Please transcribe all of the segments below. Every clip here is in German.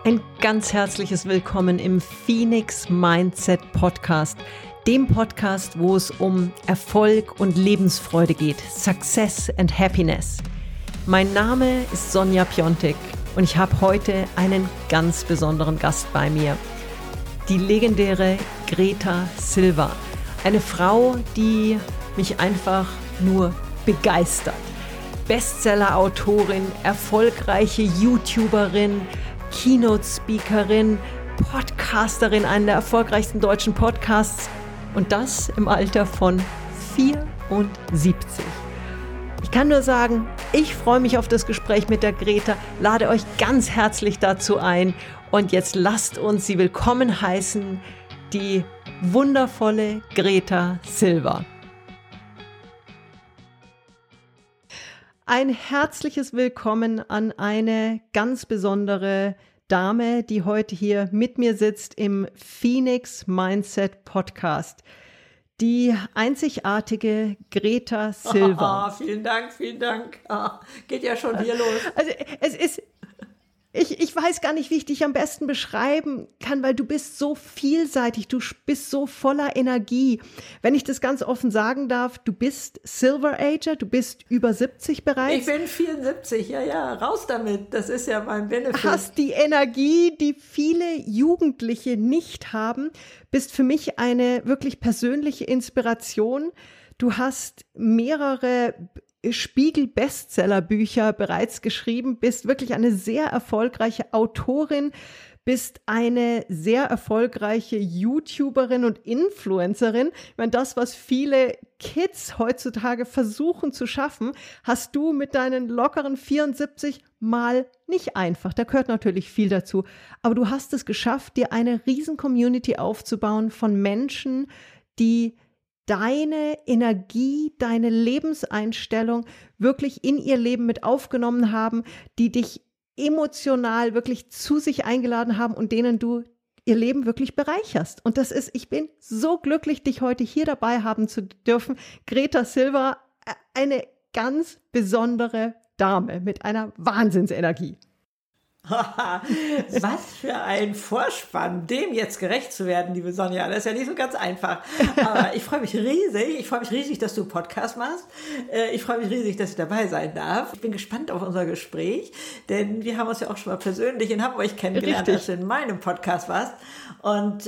Ein ganz herzliches Willkommen im Phoenix Mindset Podcast, dem Podcast, wo es um Erfolg und Lebensfreude geht, Success and Happiness. Mein Name ist Sonja Piontek und ich habe heute einen ganz besonderen Gast bei mir, die legendäre Greta Silva, eine Frau, die mich einfach nur begeistert. Bestseller-Autorin, erfolgreiche YouTuberin, Keynote-Speakerin, Podcasterin, einer der erfolgreichsten deutschen Podcasts und das im Alter von 74. Ich kann nur sagen, ich freue mich auf das Gespräch mit der Greta, lade euch ganz herzlich dazu ein und jetzt lasst uns sie willkommen heißen, die wundervolle Greta Silva. Ein herzliches Willkommen an eine ganz besondere Dame, die heute hier mit mir sitzt im Phoenix Mindset Podcast. Die einzigartige Greta Silva. Vielen Dank, vielen Dank. Geht ja schon hier los. Also es ist, ich weiß gar nicht, wie ich dich am besten beschreiben kann, weil du bist so vielseitig, du bist so voller Energie. Wenn ich das ganz offen sagen darf, du bist Silver Ager, du bist über 70 bereits. Ich bin 74, ja, raus damit. Das ist ja mein Benefit. Hast die Energie, die viele Jugendliche nicht haben, bist für mich eine wirklich persönliche Inspiration. Du hast mehrere Spiegel-Bestseller-Bücher bereits geschrieben, bist wirklich eine sehr erfolgreiche Autorin, bist eine sehr erfolgreiche YouTuberin und Influencerin. Ich meine, das, was viele Kids heutzutage versuchen zu schaffen, hast du mit deinen lockeren 74 mal nicht einfach. Da gehört natürlich viel dazu. Aber du hast es geschafft, dir eine riesen Community aufzubauen von Menschen, die deine Energie, deine Lebenseinstellung wirklich in ihr Leben mit aufgenommen haben, die dich emotional wirklich zu sich eingeladen haben und denen du ihr Leben wirklich bereicherst. Und das ist, ich bin so glücklich, dich heute hier dabei haben zu dürfen. Greta Silva, eine ganz besondere Dame mit einer Wahnsinnsenergie. Was für ein Vorspann, dem jetzt gerecht zu werden, liebe Sonja. Das ist ja nicht so ganz einfach. Aber ich freue mich riesig. Ich freue mich riesig, dass du einen Podcast machst. Ich freue mich riesig, dass ich dabei sein darf. Ich bin gespannt auf unser Gespräch, denn wir haben uns ja auch schon mal persönlich in Hamburg kennengelernt, als du in meinem Podcast warst. Und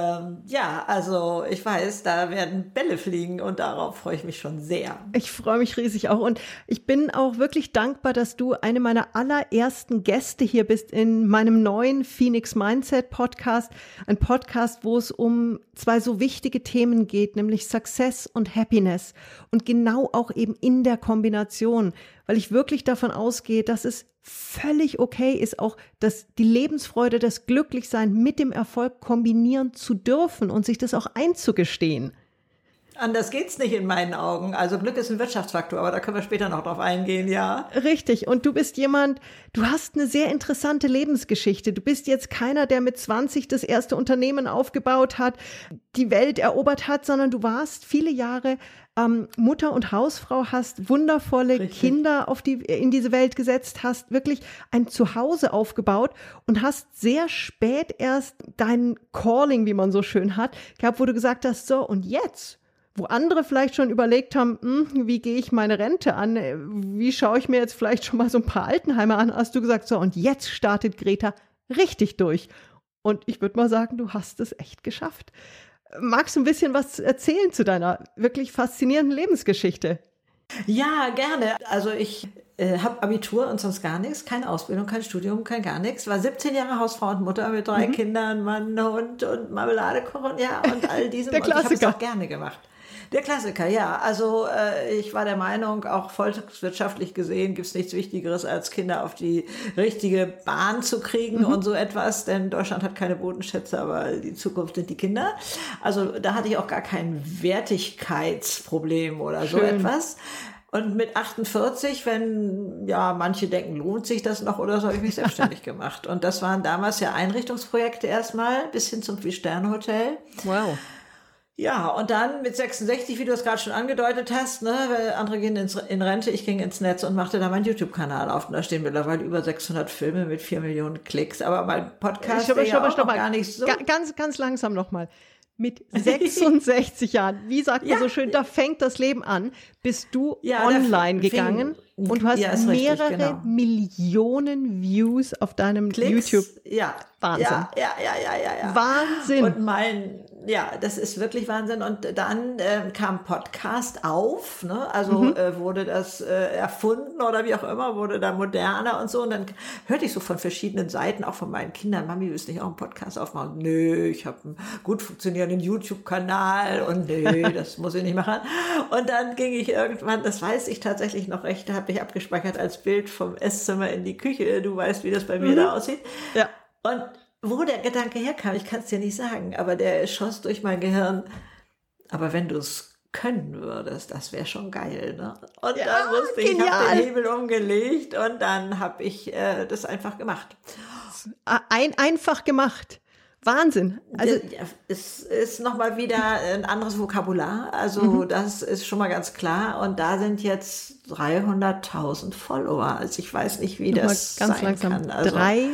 also ich weiß, da werden Bälle fliegen und darauf freue ich mich schon sehr. Ich freue mich riesig auch und ich bin auch wirklich dankbar, dass du eine meiner allerersten Gäste hier bist in meinem neuen Phoenix Mindset Podcast. Ein Podcast, wo es um zwei so wichtige Themen geht, nämlich Success und Happiness. Und genau auch eben in der Kombination, weil ich wirklich davon ausgehe, dass es völlig okay ist, auch die Lebensfreude, das Glücklichsein mit dem Erfolg kombinieren zu dürfen und sich das auch einzugestehen. Anders geht's nicht in meinen Augen. Also Glück ist ein Wirtschaftsfaktor, aber da können wir später noch drauf eingehen, ja. Richtig. Und du bist jemand, du hast eine sehr interessante Lebensgeschichte. Du bist jetzt keiner, der mit 20 das erste Unternehmen aufgebaut hat, die Welt erobert hat, sondern du warst viele Jahre Mutter und Hausfrau, hast wundervolle Richtig. Kinder in diese Welt gesetzt, hast wirklich ein Zuhause aufgebaut und hast sehr spät erst dein Calling, wie man so schön hat, gehabt, wo du gesagt hast, so und jetzt, wo andere vielleicht schon überlegt haben, wie gehe ich meine Rente an, wie schaue ich mir jetzt vielleicht schon mal so ein paar Altenheime an, hast du gesagt, so und jetzt startet Greta richtig durch. Und ich würde mal sagen, du hast es echt geschafft. Magst du ein bisschen was erzählen zu deiner wirklich faszinierenden Lebensgeschichte? Ja, gerne. Also ich habe Abitur und sonst gar nichts, keine Ausbildung, kein Studium, kein gar nichts. War 17 Jahre Hausfrau und Mutter mit 3 Kindern, Mann, Hund und Marmelade kochen, ja, und all diesem. Der Klassiker. Und ich habe es auch gerne gemacht. Der Klassiker, ja. Also ich war der Meinung, auch volkswirtschaftlich gesehen gibt es nichts Wichtigeres, als Kinder auf die richtige Bahn zu kriegen und so etwas. Denn Deutschland hat keine Bodenschätze, aber die Zukunft sind die Kinder. Also da hatte ich auch gar kein Wertigkeitsproblem oder so etwas. Und mit 48, wenn ja manche denken, lohnt sich das noch oder so, habe ich mich selbstständig gemacht. Und das waren damals ja Einrichtungsprojekte erstmal, bis hin zum 4-Sterne-Hotel. Wow. Ja, und dann mit 66, wie du es gerade schon angedeutet hast, ne, weil andere gehen in Rente, ich ging ins Netz und machte da meinen YouTube-Kanal auf. Und da stehen mittlerweile über 600 Filme mit 4 Millionen Klicks. Aber mein Podcast ist ja auch noch gar nicht so. Ganz langsam nochmal. Mit 66 Jahren, wie sagt man so schön, da fängt das Leben an, bist du online gegangen und du hast mehrere Millionen Views auf deinem Klicks, YouTube. Wahnsinn. Ja. Wahnsinn. Und das ist wirklich Wahnsinn. Und dann kam Podcast auf, ne? Also wurde das erfunden oder wie auch immer, wurde da moderner und so. Und dann hörte ich so von verschiedenen Seiten, auch von meinen Kindern, Mami, willst du nicht auch einen Podcast aufmachen? Nö, ich habe einen gut funktionierenden YouTube-Kanal und nö, das muss ich nicht machen. Und dann ging ich irgendwann, das weiß ich tatsächlich noch recht, da habe ich abgespeichert als Bild vom Esszimmer in die Küche. Du weißt, wie das bei mir da aussieht. Ja. Und wo der Gedanke herkam, ich kann es dir nicht sagen, aber der schoss durch mein Gehirn. Aber wenn du es können würdest, das wäre schon geil, ne? Und dann wusste ich, ich habe den Hebel umgelegt und dann habe ich das einfach gemacht. Einfach gemacht. Wahnsinn. Also es ist nochmal wieder ein anderes Vokabular. Also das ist schon mal ganz klar. Und da sind jetzt 300.000 Follower. Also ich weiß nicht, wie das ganz sein kann. Also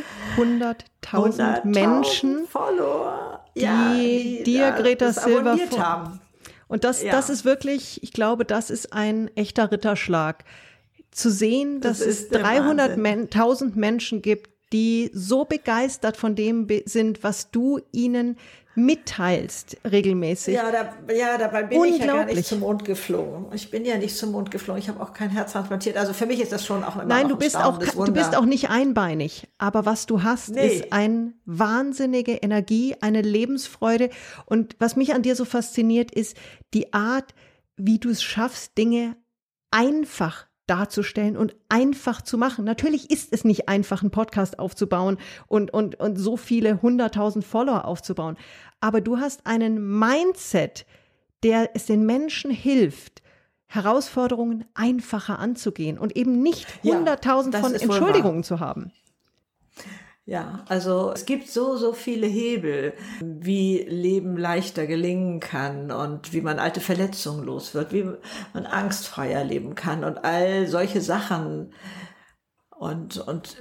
300.000 Menschen, Follower, die dir Greta Silver haben. Und das ist wirklich, ich glaube, das ist ein echter Ritterschlag. Zu sehen, dass es 300.000 Menschen gibt, die so begeistert von dem sind, was du ihnen mitteilst regelmäßig. Dabei bin ich ja gar nicht zum Mond geflogen. Ich bin ja nicht zum Mond geflogen. Ich habe auch kein Herz transplantiert. Also für mich ist das schon auch immer Nein, noch du bist auch nicht einbeinig. Aber was du hast, ist eine wahnsinnige Energie, eine Lebensfreude. Und was mich an dir so fasziniert, ist die Art, wie du es schaffst, Dinge einfach darzustellen und einfach zu machen. Natürlich ist es nicht einfach, einen Podcast aufzubauen und so viele 100.000 Follower aufzubauen. Aber du hast einen Mindset, der es den Menschen hilft, Herausforderungen einfacher anzugehen und eben nicht 100.000 von Entschuldigungen zu haben. Ja, also es gibt so viele Hebel, wie Leben leichter gelingen kann und wie man alte Verletzungen los wird, wie man angstfreier leben kann und all solche Sachen. Und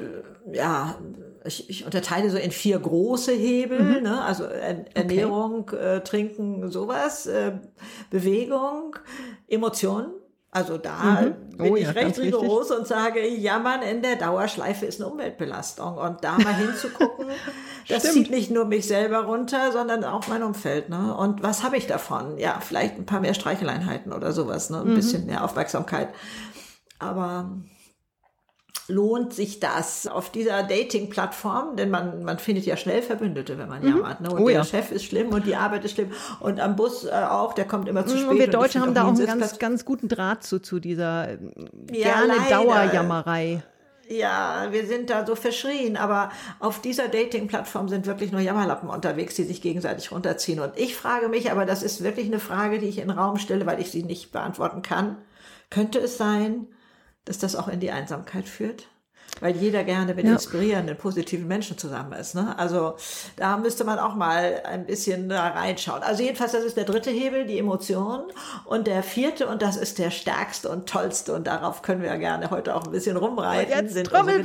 ich unterteile so in 4 große Hebel, ne? Also Ernährung, Trinken, sowas, Bewegung, Emotionen. Also da bin ich recht rigoros und sage, Jammern in der Dauerschleife ist eine Umweltbelastung. Und da mal hinzugucken, das zieht nicht nur mich selber runter, sondern auch mein Umfeld. Ne? Und was habe ich davon? Ja, vielleicht ein paar mehr Streicheleinheiten oder sowas, ne? Ein bisschen mehr Aufmerksamkeit. Aber lohnt sich das auf dieser Dating-Plattform? Denn man findet ja schnell Verbündete, wenn man jammert. Ne? Und der Chef ist schlimm und die Arbeit ist schlimm. Und am Bus auch, der kommt immer zu spät. Und wir Deutsche haben da auch einen ganz guten Draht zu dieser gerne Dauerjammerei. Ja, wir sind da so verschrien, aber auf dieser Dating-Plattform sind wirklich nur Jammerlappen unterwegs, die sich gegenseitig runterziehen. Und ich frage mich, aber das ist wirklich eine Frage, die ich in den Raum stelle, weil ich sie nicht beantworten kann. Könnte es sein, dass das auch in die Einsamkeit führt? Weil jeder gerne mit inspirierenden, positiven Menschen zusammen ist. Ne? Also da müsste man auch mal ein bisschen da reinschauen. Also jedenfalls, das ist der 3. Hebel, die Emotionen. Und der 4., und das ist der stärkste und tollste, und darauf können wir ja gerne heute auch ein bisschen rumreiten, sind unsere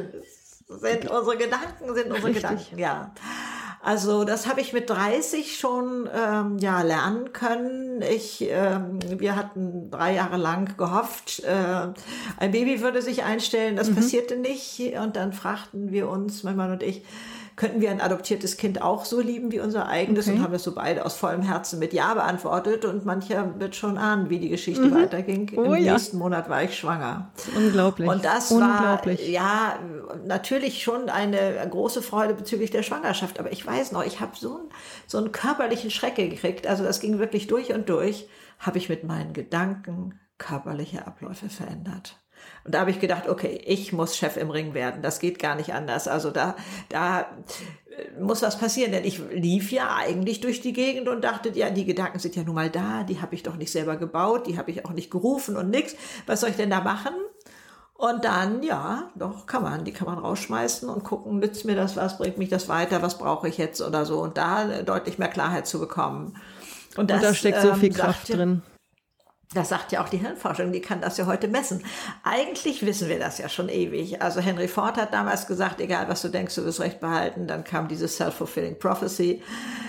Gedanken, ja. Also das habe ich mit 30 schon lernen können. Wir hatten 3 Jahre lang gehofft, ein Baby würde sich einstellen. Das passierte nicht. Und dann fragten wir uns, mein Mann und ich, könnten wir ein adoptiertes Kind auch so lieben wie unser eigenes? Und haben das so beide aus vollem Herzen mit Ja beantwortet. Und mancher wird schon ahnen, wie die Geschichte weiterging. Im nächsten Monat war ich schwanger. Unglaublich. Und das war natürlich schon eine große Freude bezüglich der Schwangerschaft. Aber ich weiß noch, ich habe so einen körperlichen Schreck gekriegt. Also das ging wirklich durch und durch. Habe ich mit meinen Gedanken körperliche Abläufe verändert. Und da habe ich gedacht, okay, ich muss Chef im Ring werden. Das geht gar nicht anders. Also da muss was passieren. Denn ich lief ja eigentlich durch die Gegend und dachte, ja, die Gedanken sind ja nun mal da. Die habe ich doch nicht selber gebaut. Die habe ich auch nicht gerufen und nix. Was soll ich denn da machen? Und dann, ja, doch die kann man rausschmeißen und gucken, nützt mir das was, bringt mich das weiter, was brauche ich jetzt oder so. Und da deutlich mehr Klarheit zu bekommen. Und da steckt so viel Kraft drin. Das sagt ja auch die Hirnforschung, die kann das ja heute messen. Eigentlich wissen wir das ja schon ewig. Also Henry Ford hat damals gesagt, egal was du denkst, du wirst Recht behalten. Dann kam diese Self-Fulfilling Prophecy.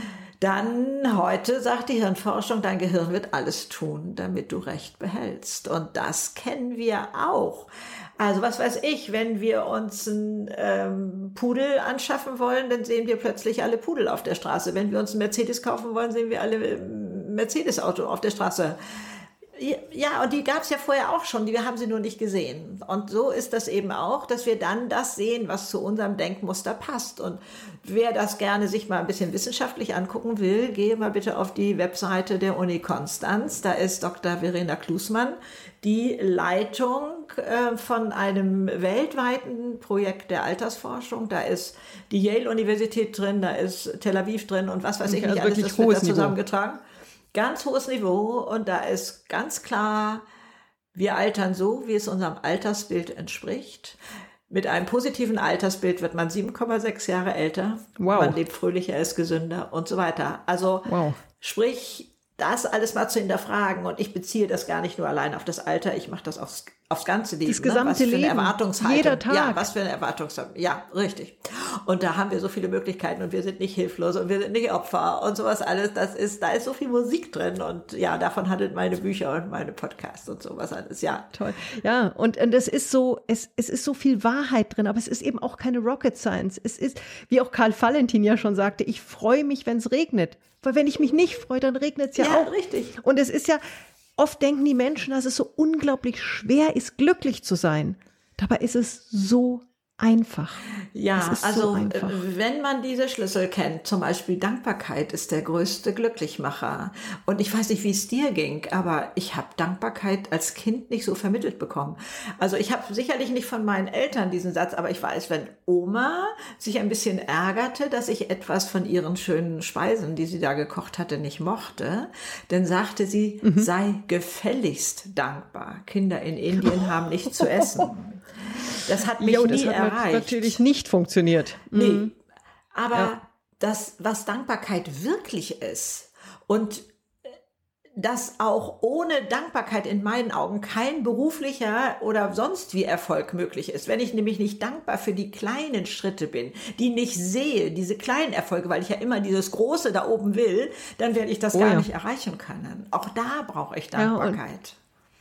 Dann heute sagt die Hirnforschung, dein Gehirn wird alles tun, damit du Recht behältst. Und das kennen wir auch. Also was weiß ich, wenn wir uns einen Pudel anschaffen wollen, dann sehen wir plötzlich alle Pudel auf der Straße. Wenn wir uns einen Mercedes kaufen wollen, sehen wir alle Mercedes-Auto auf der Straße. Ja, und die gab es ja vorher auch schon, wir haben sie nur nicht gesehen. Und so ist das eben auch, dass wir dann das sehen, was zu unserem Denkmuster passt. Und wer das gerne sich mal ein bisschen wissenschaftlich angucken will, gehe mal bitte auf die Webseite der Uni Konstanz. Da ist Dr. Verena Klusmann, die Leitung von einem weltweiten Projekt der Altersforschung. Da ist die Yale-Universität drin, da ist Tel Aviv drin und was weiß ich nicht alles, das wird da zusammengetragen. Ganz hohes Niveau und da ist ganz klar, wir altern so, wie es unserem Altersbild entspricht. Mit einem positiven Altersbild wird man 7,6 Jahre älter, man lebt fröhlicher, ist gesünder und so weiter. Also sprich, das alles mal zu hinterfragen und ich beziehe das gar nicht nur allein auf das Alter, ich mache das aufs ganze Leben. Das gesamte was für eine Leben, Erwartungshaltung. jeder Tag. Ja, was für eine Erwartungshaltung. Ja, richtig. Und da haben wir so viele Möglichkeiten und wir sind nicht hilflos und wir sind nicht Opfer und sowas alles. Da ist so viel Musik drin und ja, davon handelt meine Bücher und meine Podcasts und sowas alles, ja. Toll. Ja, und es ist so, es ist so viel Wahrheit drin, aber es ist eben auch keine Rocket Science. Es ist, wie auch Karl Valentin ja schon sagte, ich freue mich, wenn es regnet. Weil wenn ich mich nicht freue, dann regnet es ja auch. Ja, richtig. Und es ist ja, oft denken die Menschen, dass es so unglaublich schwer ist, glücklich zu sein. Dabei ist es so einfach. Ja, also wenn man diese Schlüssel kennt, zum Beispiel Dankbarkeit ist der größte Glücklichmacher. Und ich weiß nicht, wie es dir ging, aber ich habe Dankbarkeit als Kind nicht so vermittelt bekommen. Also ich habe sicherlich nicht von meinen Eltern diesen Satz, aber ich weiß, wenn Oma sich ein bisschen ärgerte, dass ich etwas von ihren schönen Speisen, die sie da gekocht hatte, nicht mochte, dann sagte sie, sei gefälligst dankbar. Kinder in Indien haben nichts zu essen. Das hat mich nie erreicht. Das hat natürlich nicht funktioniert. Nee, aber das, was Dankbarkeit wirklich ist und dass auch ohne Dankbarkeit in meinen Augen kein beruflicher oder sonst wie Erfolg möglich ist. Wenn ich nämlich nicht dankbar für die kleinen Schritte bin, die nicht sehe, diese kleinen Erfolge, weil ich ja immer dieses Große da oben will, dann werde ich das gar nicht erreichen können. Auch da brauche ich Dankbarkeit.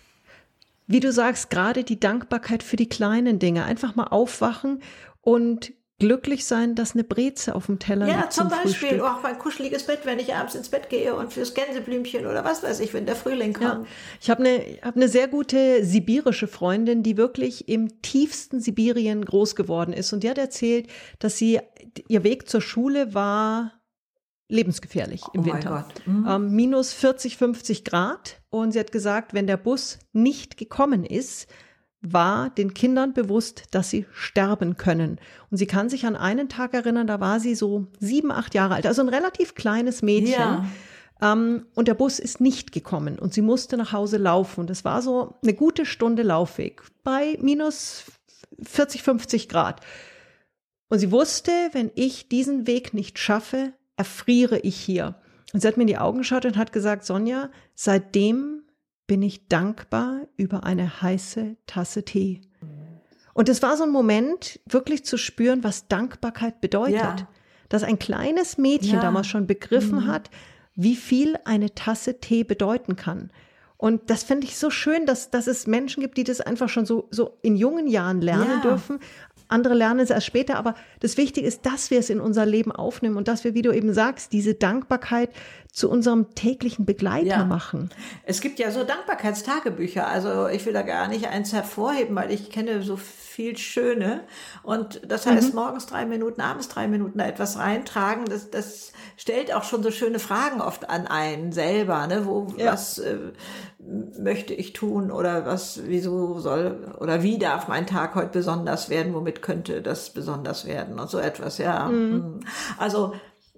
Wie du sagst, gerade die Dankbarkeit für die kleinen Dinge. Einfach mal aufwachen und glücklich sein, dass eine Breze auf dem Teller liegt. Ja, zum Beispiel auch mein kuscheliges Bett, wenn ich abends ins Bett gehe und fürs Gänseblümchen oder was weiß ich, wenn der Frühling kommt. Ja. Ich habe eine sehr gute sibirische Freundin, die wirklich im tiefsten Sibirien groß geworden ist. Und die hat erzählt, dass ihr Weg zur Schule war lebensgefährlich im Winter. Minus 40, 50 Grad. Und sie hat gesagt, wenn der Bus nicht gekommen ist, war den Kindern bewusst, dass sie sterben können. Und sie kann sich an einen Tag erinnern, da war sie so 7, 8 Jahre alt, also ein relativ kleines Mädchen. Ja. Und der Bus ist nicht gekommen und sie musste nach Hause laufen. Das war so eine gute Stunde Laufweg bei minus 40, 50 Grad. Und sie wusste, wenn ich diesen Weg nicht schaffe, erfriere ich hier. Und sie hat mir in die Augen geschaut und hat gesagt, Sonja, seitdem bin ich dankbar über eine heiße Tasse Tee. Und es war so ein Moment, wirklich zu spüren, was Dankbarkeit bedeutet. Ja. Dass ein kleines Mädchen damals schon begriffen hat, wie viel eine Tasse Tee bedeuten kann. Und das finde ich so schön, dass es Menschen gibt, die das einfach schon so in jungen Jahren lernen dürfen. Andere lernen es erst später, aber das Wichtige ist, dass wir es in unser Leben aufnehmen und dass wir, wie du eben sagst, diese Dankbarkeit zu unserem täglichen Begleiter machen. Es gibt ja so Dankbarkeitstagebücher, also ich will da gar nicht eins hervorheben, weil ich kenne so viel Schöne und das heißt morgens 3 Minuten, abends 3 Minuten da etwas reintragen, das stellt auch schon so schöne Fragen oft an einen selber, ne? Was möchte ich tun oder wieso soll oder wie darf mein Tag heute besonders werden, womit könnte das besonders werden und so etwas, Also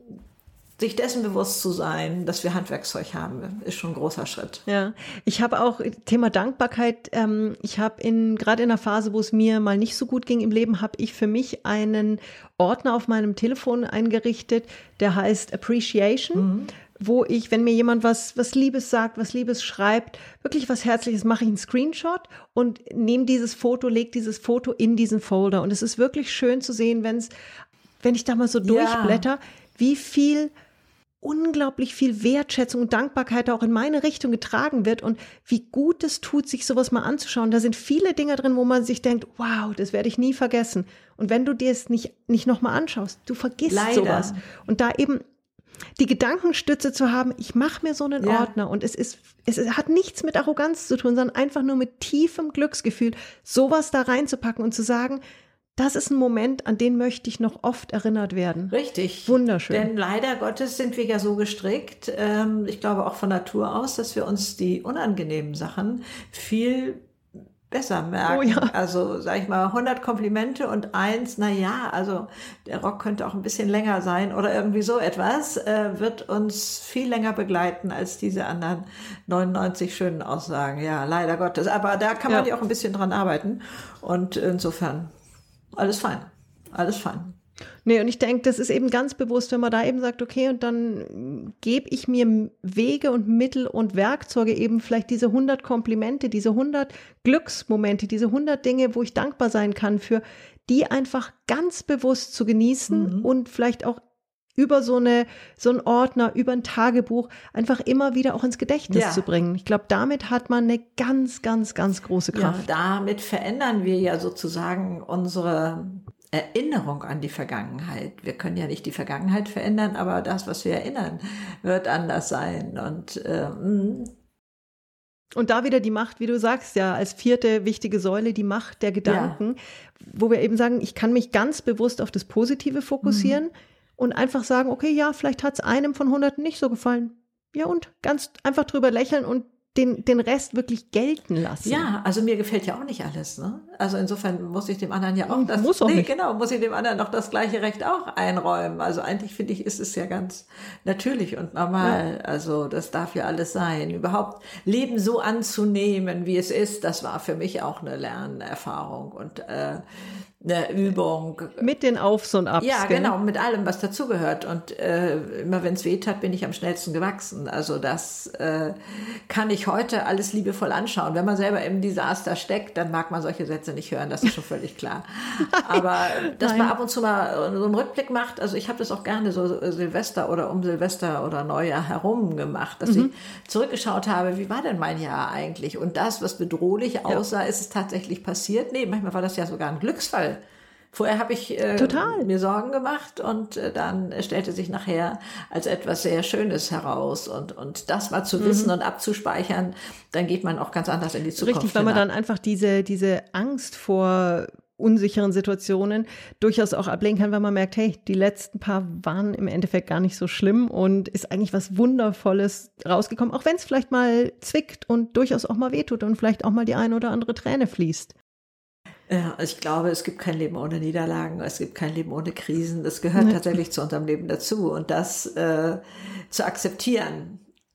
sich dessen bewusst zu sein, dass wir Handwerkszeug haben, ist schon ein großer Schritt. Ja, ich habe auch Thema Dankbarkeit. Ich habe gerade in einer Phase, wo es mir mal nicht so gut ging im Leben, habe ich für mich einen Ordner auf meinem Telefon eingerichtet, der heißt Appreciation. wo ich, wenn mir jemand was Liebes sagt, was Liebes schreibt, wirklich was Herzliches, mache ich einen Screenshot und nehme dieses Foto, lege dieses Foto in diesen Folder. Und es ist wirklich schön zu sehen, wenn ich da mal so durchblätter, wie unglaublich viel Wertschätzung und Dankbarkeit auch in meine Richtung getragen wird und wie gut es tut, sich sowas mal anzuschauen. Da sind viele Dinge drin, wo man sich denkt, wow, das werde ich nie vergessen. Und wenn du dir es nicht nochmal anschaust, du vergisst sowas. Und da eben die Gedankenstütze zu haben, ich mache mir so einen Ordner und es hat nichts mit Arroganz zu tun, sondern einfach nur mit tiefem Glücksgefühl, sowas da reinzupacken und zu sagen, das ist ein Moment, an den möchte ich noch oft erinnert werden. Richtig. Wunderschön. Denn leider Gottes sind wir ja so gestrickt, ich glaube auch von Natur aus, dass wir uns die unangenehmen Sachen viel besser merken. Oh ja. Also, sag ich mal, 100 Komplimente und eins, also der Rock könnte auch ein bisschen länger sein oder irgendwie so etwas, wird uns viel länger begleiten als diese anderen 99 schönen Aussagen. Ja, leider Gottes. Aber da kann man ja auch ein bisschen dran arbeiten. Und insofern, alles fein. Alles fein. Nee, und ich denke, das ist eben ganz bewusst, wenn man da eben sagt, okay, und dann gebe ich mir Wege und Mittel und Werkzeuge, eben vielleicht diese 100 Komplimente, diese 100 Glücksmomente, diese 100 Dinge, wo ich dankbar sein kann, für die einfach ganz bewusst zu genießen und vielleicht auch über so einen Ordner, über ein Tagebuch einfach immer wieder auch ins Gedächtnis zu bringen. Ich glaube, damit hat man eine ganz, ganz, ganz große Kraft. Ja, damit verändern wir ja sozusagen unsere Erinnerung an die Vergangenheit. Wir können ja nicht die Vergangenheit verändern, aber das, was wir erinnern, wird anders sein. Und da wieder die Macht, wie du sagst, ja, als 4. wichtige Säule, die Macht der Gedanken, wo wir eben sagen, ich kann mich ganz bewusst auf das Positive fokussieren und einfach sagen, okay, ja, vielleicht hat es einem von Hunderten nicht so gefallen. Ja, und ganz einfach drüber lächeln und den Rest wirklich gelten lassen. Ja, also mir gefällt ja auch nicht alles, ne? Also insofern muss ich dem anderen ja auch muss ich dem anderen noch das gleiche Recht auch einräumen. Also eigentlich finde ich, ist es ja ganz natürlich und normal. Ja. Also das darf ja alles sein. Überhaupt Leben so anzunehmen, wie es ist, das war für mich auch eine Lernerfahrung und eine Übung. Mit den Aufs und Abs. Ja, genau, mit allem, was dazugehört. Und immer wenn es weh tat, bin ich am schnellsten gewachsen. Also das kann ich heute alles liebevoll anschauen. Wenn man selber im Desaster steckt, dann mag man solche Sätze nicht hören, das ist schon völlig klar. Aber dass man ab und zu mal so einen Rückblick macht, also ich habe das auch gerne so Silvester oder um Silvester oder Neujahr herum gemacht, dass ich zurückgeschaut habe, wie war denn mein Jahr eigentlich? Und das, was bedrohlich aussah, ist es tatsächlich passiert? Nee, manchmal war das ja sogar ein Glücksfall. Vorher habe ich mir Sorgen gemacht und dann stellte sich nachher als etwas sehr Schönes heraus. Und das mal zu wissen und abzuspeichern, dann geht man auch ganz anders in die Zukunft. Richtig, weil man dann einfach diese Angst vor unsicheren Situationen durchaus auch ablegen kann, weil man merkt, hey, die letzten paar waren im Endeffekt gar nicht so schlimm und ist eigentlich was Wundervolles rausgekommen, auch wenn es vielleicht mal zwickt und durchaus auch mal wehtut und vielleicht auch mal die eine oder andere Träne fließt. Ja, ich glaube, es gibt kein Leben ohne Niederlagen, es gibt kein Leben ohne Krisen. Das gehört tatsächlich zu unserem Leben dazu. Und das zu akzeptieren.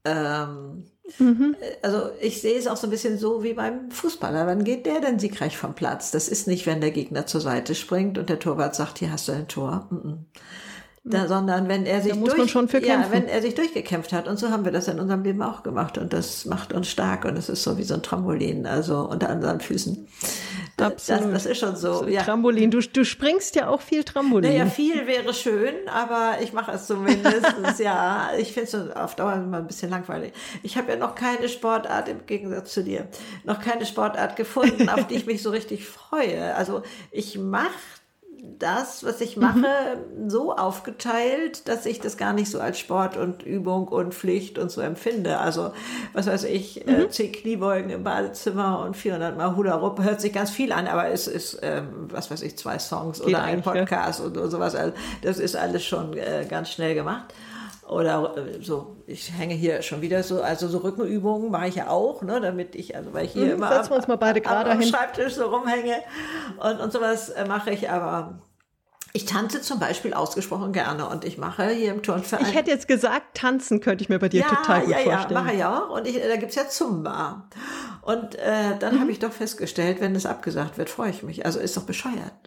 Also ich sehe es auch so ein bisschen so wie beim Fußballer. Wann geht der denn siegreich vom Platz? Das ist nicht, wenn der Gegner zur Seite springt und der Torwart sagt, hier hast du ein Tor. Sondern wenn er sich wenn er sich durchgekämpft hat. Und so haben wir das in unserem Leben auch gemacht. Und das macht uns stark. Und es ist so wie so ein Trampolin, also unter unseren Füßen. Absolut. Das ist schon so. Ja. Trampolin. Du springst ja auch viel Trampolin. Naja, viel wäre schön, aber ich mache es zumindest. Ja, ich finde es auf Dauer immer ein bisschen langweilig. Ich habe ja noch keine Sportart, im Gegensatz zu dir, noch keine Sportart gefunden, auf die ich mich so richtig freue. Also ich mache das, was ich mache, so aufgeteilt, dass ich das gar nicht so als Sport und Übung und Pflicht und so empfinde. Also, was weiß ich, 10 Kniebeugen im Badezimmer und 400 Mal Hula Hoop, hört sich ganz viel an, aber es ist, was weiß ich, 2 Songs oder ein Podcast oder sowas. Also, das ist alles schon ganz schnell gemacht. Oder so, ich hänge hier schon wieder so, also so Rückenübungen mache ich ja auch, ne, damit ich, also weil ich hier immer setzen wir uns mal beide gerade am Schreibtisch so rumhänge und sowas mache ich, aber ich tanze zum Beispiel ausgesprochen gerne und ich mache hier im Turnverein. Ich hätte jetzt gesagt, tanzen könnte ich mir bei dir total gut vorstellen. Ja, mache ich auch und da gibt's ja Zumba. Und dann habe ich doch festgestellt, wenn es abgesagt wird, freue ich mich. Also ist doch bescheuert.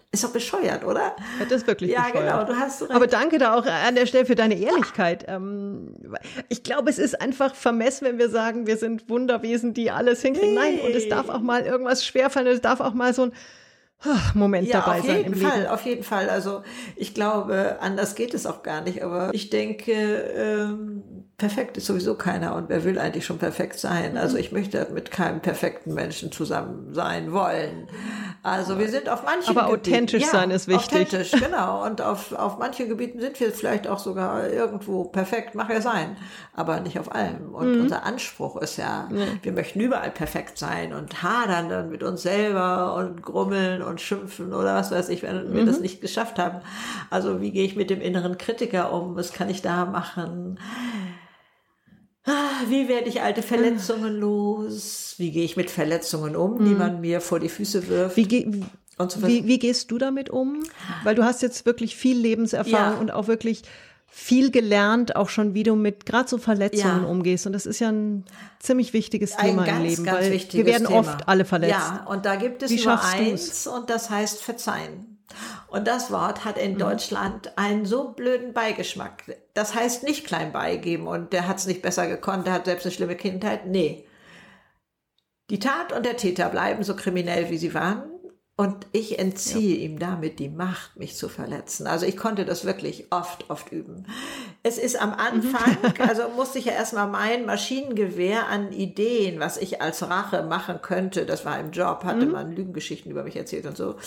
Ist doch bescheuert, oder? Das ist wirklich bescheuert. Ja, genau, du hast recht. Aber danke da auch an der Stelle für deine Ehrlichkeit. Ich glaube, es ist einfach vermessen, wenn wir sagen, wir sind Wunderwesen, die alles hinkriegen. Nein, und es darf auch mal irgendwas schwerfallen, es darf auch mal so ein Moment dabei sein im Leben. Auf jeden Fall. Also ich glaube, anders geht es auch gar nicht. Aber ich denke, perfekt ist sowieso keiner und wer will eigentlich schon perfekt sein? Also ich möchte mit keinem perfekten Menschen zusammen sein wollen. Also wir sind auf manchen Aber authentisch sein ist wichtig. Authentisch, genau. Und auf manchen Gebieten sind wir vielleicht auch sogar irgendwo perfekt, mag ja sein, aber nicht auf allem. Und unser Anspruch ist ja, wir möchten überall perfekt sein und hadern dann mit uns selber und grummeln und schimpfen oder was weiß ich, wenn wir das nicht geschafft haben. Also wie gehe ich mit dem inneren Kritiker um? Was kann ich da machen? Wie werde ich alte Verletzungen los? Wie gehe ich mit Verletzungen um, die man mir vor die Füße wirft? Wie gehst du damit um? Weil du hast jetzt wirklich viel Lebenserfahrung und auch wirklich viel gelernt, auch schon, wie du mit gerade so Verletzungen umgehst. Und das ist ja ein ziemlich wichtiges Thema im Leben, ganz weil wichtiges wir werden Thema. Oft alle verletzt. Ja, und da gibt es nur eins und das heißt Verzeihen. Und das Wort hat in Deutschland einen so blöden Beigeschmack. Das heißt nicht klein beigeben und der hat es nicht besser gekonnt, der hat selbst eine schlimme Kindheit. Nee. Die Tat und der Täter bleiben so kriminell, wie sie waren. Und ich entziehe ihm damit die Macht, mich zu verletzen. Also ich konnte das wirklich oft üben. Es ist am Anfang, also musste ich ja erstmal mein Maschinengewehr an Ideen, was ich als Rache machen könnte. Das war im Job, hatte man Lügengeschichten über mich erzählt und so.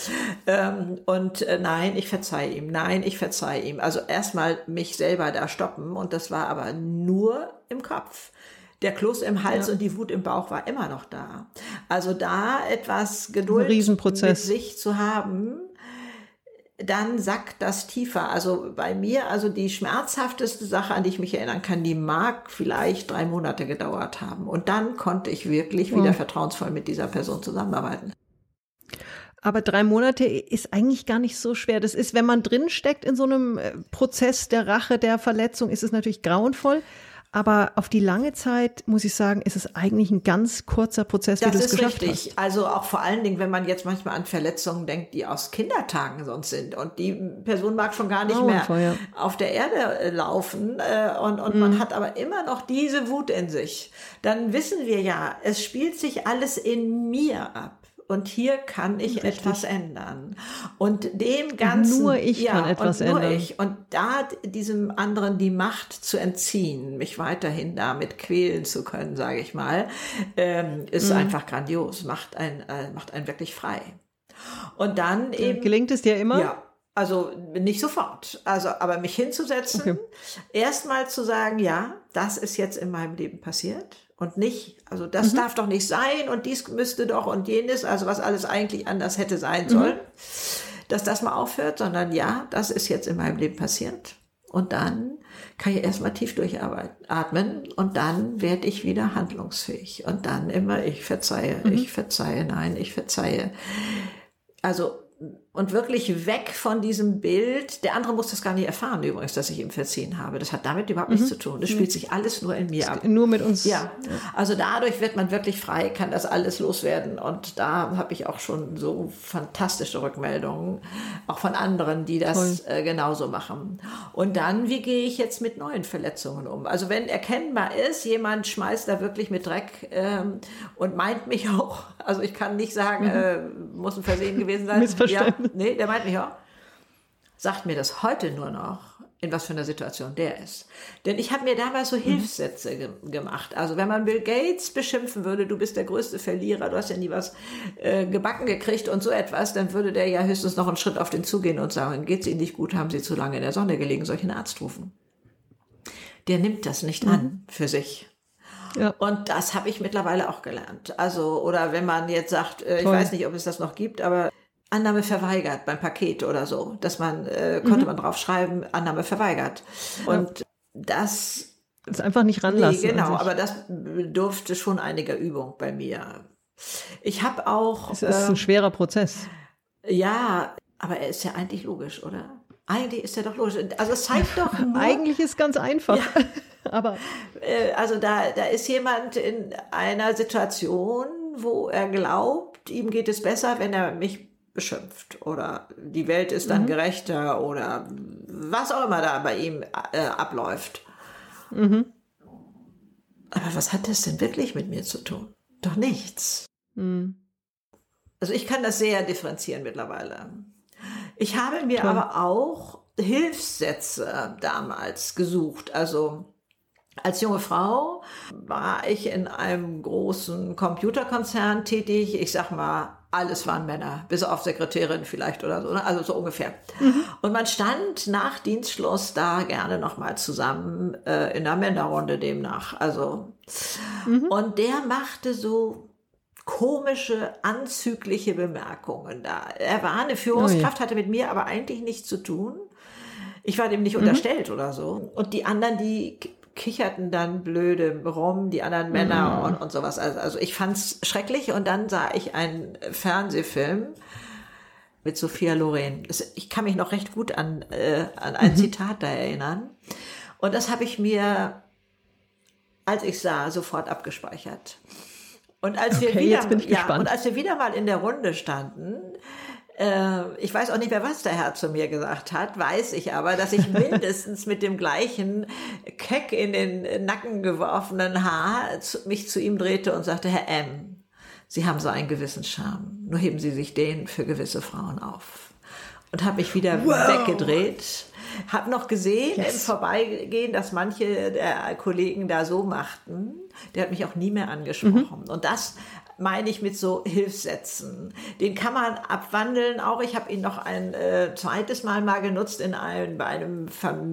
Nein, ich verzeihe ihm. Nein, ich verzeihe ihm. Also erstmal mich selber da stoppen. Und das war aber nur im Kopf. Der Kloß im Hals und die Wut im Bauch war immer noch da. Also da etwas Geduld mit sich zu haben, dann sackt das tiefer. Also bei mir, also die schmerzhafteste Sache, an die ich mich erinnern kann, die mag vielleicht 3 Monate gedauert haben. Und dann konnte ich wirklich wieder vertrauensvoll mit dieser Person zusammenarbeiten. Aber 3 Monate ist eigentlich gar nicht so schwer. Das ist, wenn man drin steckt in so einem Prozess der Rache, der Verletzung, ist es natürlich grauenvoll. Aber auf die lange Zeit, muss ich sagen, ist es eigentlich ein ganz kurzer Prozess, wie du es geschafft hast. Das ist richtig. Also auch vor allen Dingen, wenn man jetzt manchmal an Verletzungen denkt, die aus Kindertagen sonst sind. Und die Person mag schon gar nicht mehr auf der Erde laufen. Und man hat aber immer noch diese Wut in sich. Dann wissen wir ja, es spielt sich alles in mir ab. Und hier kann ich etwas ändern. Und dem Ganzen. Nur ich kann etwas ändern. Nur ich. Und da diesem anderen die Macht zu entziehen, mich weiterhin damit quälen zu können, sage ich mal, ist einfach grandios, macht einen wirklich frei. Und dann eben. Gelingt es dir immer? Ja. Also nicht sofort, aber mich hinzusetzen, erstmal zu sagen, ja, das ist jetzt in meinem Leben passiert und nicht, also das darf doch nicht sein und dies müsste doch und jenes, also was alles eigentlich anders hätte sein sollen, dass das mal aufhört, sondern ja, das ist jetzt in meinem Leben passiert und dann kann ich erstmal tief durchatmen und dann werde ich wieder handlungsfähig und dann immer ich verzeihe, nein, ich verzeihe. Also und wirklich weg von diesem Bild. Der andere muss das gar nicht erfahren übrigens, dass ich ihm verziehen habe. Das hat damit überhaupt nichts zu tun. Das spielt sich alles nur in mir ab. Nur mit uns. Ja, also dadurch wird man wirklich frei, kann das alles loswerden. Und da habe ich auch schon so fantastische Rückmeldungen, auch von anderen, die das genauso machen. Und dann, wie gehe ich jetzt mit neuen Verletzungen um? Also wenn erkennbar ist, jemand schmeißt da wirklich mit Dreck und meint mich auch. Also ich kann nicht sagen, muss ein Versehen gewesen sein. Missverständnis. Nee, der meint mich auch. Sagt mir das heute nur noch, in was für einer Situation der ist. Denn ich habe mir damals so Hilfssätze gemacht. Also wenn man Bill Gates beschimpfen würde, du bist der größte Verlierer, du hast ja nie was gebacken gekriegt und so etwas, dann würde der ja höchstens noch einen Schritt auf den zugehen und sagen, geht's Ihnen nicht gut, haben Sie zu lange in der Sonne gelegen, soll ich einen Arzt rufen? Der nimmt das nicht an für sich. Ja. Und das habe ich mittlerweile auch gelernt. Also, oder wenn man jetzt sagt, ich weiß nicht, ob es das noch gibt, aber Annahme verweigert beim Paket oder so, dass man, konnte man drauf schreiben, Annahme verweigert. Und das ist einfach nicht ranlassen. Nee, genau, aber das bedurfte schon einiger Übung bei mir. Ich habe auch... Es ist ein schwerer Prozess. Ja, aber er ist ja eigentlich logisch, oder? Eigentlich ist er doch logisch. Also es zeigt doch nur... Eigentlich ist ganz einfach. Ja. Aber also da ist jemand in einer Situation, wo er glaubt, ihm geht es besser, wenn er mich beschimpft oder die Welt ist dann gerechter oder was auch immer da bei ihm abläuft. Aber was hat das denn wirklich mit mir zu tun? Doch nichts. Also ich kann das sehr differenzieren mittlerweile. Ich habe mir aber auch Hilfssätze damals gesucht. Also als junge Frau war ich in einem großen Computerkonzern tätig. Ich sag mal, alles waren Männer, bis auf Sekretärin vielleicht oder so, ne? Also so ungefähr. Und man stand nach Dienstschluss da gerne nochmal zusammen in einer Männerrunde demnach. Also, und der machte so komische, anzügliche Bemerkungen da. Er war eine Führungskraft, hatte mit mir aber eigentlich nichts zu tun. Ich war dem nicht unterstellt oder so. Und die anderen, die kicherten dann blöde rum, die anderen Männer und sowas. Also ich fand's schrecklich und dann sah ich einen Fernsehfilm mit Sophia Loren. Ich kann mich noch recht gut an ein Zitat da erinnern. Und das habe ich mir, als ich sah, sofort abgespeichert. Und als wir wieder mal in der Runde standen, ich weiß auch nicht mehr, was der Herr zu mir gesagt hat, weiß ich aber, dass ich mindestens mit dem gleichen keck in den Nacken geworfenen Haar mich zu ihm drehte und sagte, Herr M., Sie haben so einen gewissen Charme, nur heben Sie sich den für gewisse Frauen auf. Und habe mich wieder weggedreht. Habe noch gesehen im Vorbeigehen, dass manche der Kollegen da so machten. Der hat mich auch nie mehr angesprochen. Und das meine ich mit so Hilfssätzen. Den kann man abwandeln auch. Ich habe ihn noch ein zweites Mal genutzt bei einem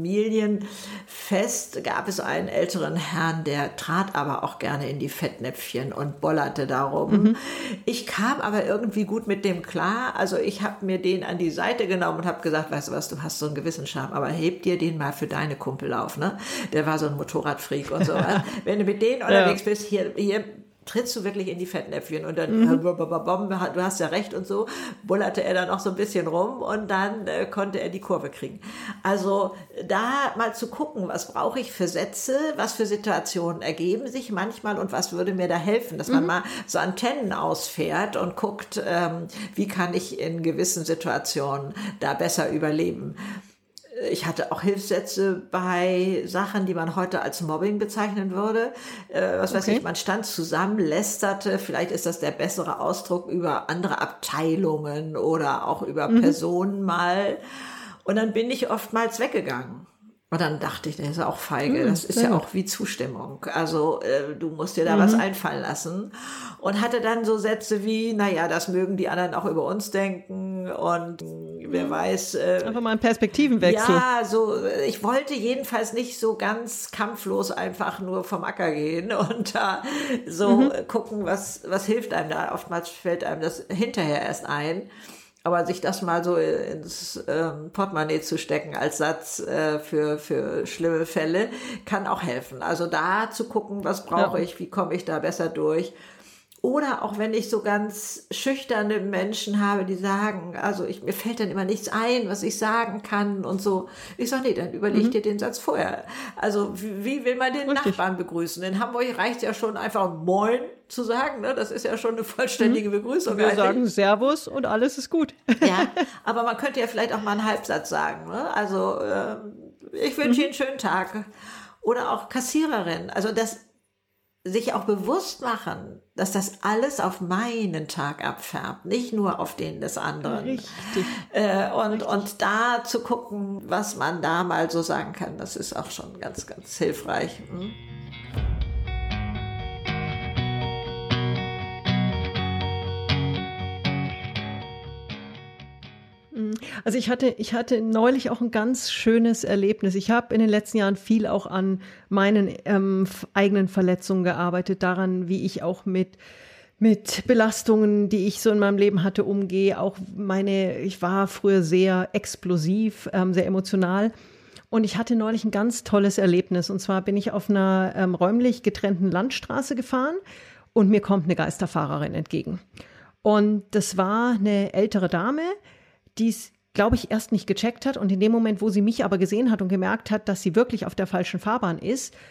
Familienfest. Gab es einen älteren Herrn, der trat aber auch gerne in die Fettnäpfchen und bollerte darum. Ich kam aber irgendwie gut mit dem klar. Also ich habe mir den an die Seite genommen und habe gesagt, weißt du was, du hast so einen gewissen Charme, aber heb dir den mal für deine Kumpel auf. Ne? Der war so ein Motorradfreak und so. Wenn du mit denen unterwegs bist, hier trittst du wirklich in die Fettnäpfchen und dann, du hast ja recht und so, bullerte er dann noch so ein bisschen rum und dann konnte er die Kurve kriegen. Also da mal zu gucken, was brauche ich für Sätze, was für Situationen ergeben sich manchmal und was würde mir da helfen, dass man mal so Antennen ausfährt und guckt, wie kann ich in gewissen Situationen da besser überleben. Ich hatte auch Hilfssätze bei Sachen, die man heute als Mobbing bezeichnen würde. Was weiß ich, man stand zusammen, lästerte, vielleicht ist das der bessere Ausdruck, über andere Abteilungen oder auch über Personen mal. Und dann bin ich oftmals weggegangen. Und dann dachte ich, das ist ja auch feige, das ist ja auch wie Zustimmung. Also du musst dir da was einfallen lassen. Und hatte dann so Sätze wie, naja, das mögen die anderen auch über uns denken und wer weiß. Einfach mal einen Perspektivenwechsel. Ja, so, ich wollte jedenfalls nicht so ganz kampflos einfach nur vom Acker gehen und da so gucken, was hilft einem da. Oftmals fällt einem das hinterher erst ein. Aber sich das mal so ins Portemonnaie zu stecken als Satz für schlimme Fälle, kann auch helfen. Also da zu gucken, was brauche ich, wie komme ich da besser durch. Oder auch wenn ich so ganz schüchterne Menschen habe, die sagen, also mir fällt dann immer nichts ein, was ich sagen kann und so. Ich sage, nee, dann überleg dir den Satz vorher. Also wie will man den Nachbarn begrüßen? In Hamburg reicht ja schon einfach Moin zu sagen, ne? Das ist ja schon eine vollständige Begrüßung. Wir sagen Servus und alles ist gut. Ja, aber man könnte ja vielleicht auch mal einen Halbsatz sagen. Ne? Also ich wünsche Ihnen einen schönen Tag. Oder auch Kassiererin. Also das sich auch bewusst machen, dass das alles auf meinen Tag abfärbt, nicht nur auf den des anderen. Richtig. Und da zu gucken, was man da mal so sagen kann, das ist auch schon ganz, ganz hilfreich. Also ich hatte neulich auch ein ganz schönes Erlebnis. Ich habe in den letzten Jahren viel auch an meinen eigenen Verletzungen gearbeitet, daran, wie ich auch mit Belastungen, die ich so in meinem Leben hatte, umgehe. Ich war früher sehr explosiv, sehr emotional. Und ich hatte neulich ein ganz tolles Erlebnis. Und zwar bin ich auf einer räumlich getrennten Landstraße gefahren und mir kommt eine Geisterfahrerin entgegen. Und das war eine ältere Dame, die es, glaube ich, erst nicht gecheckt hat. Und in dem Moment, wo sie mich aber gesehen hat und gemerkt hat, dass sie wirklich auf der falschen Fahrbahn ist,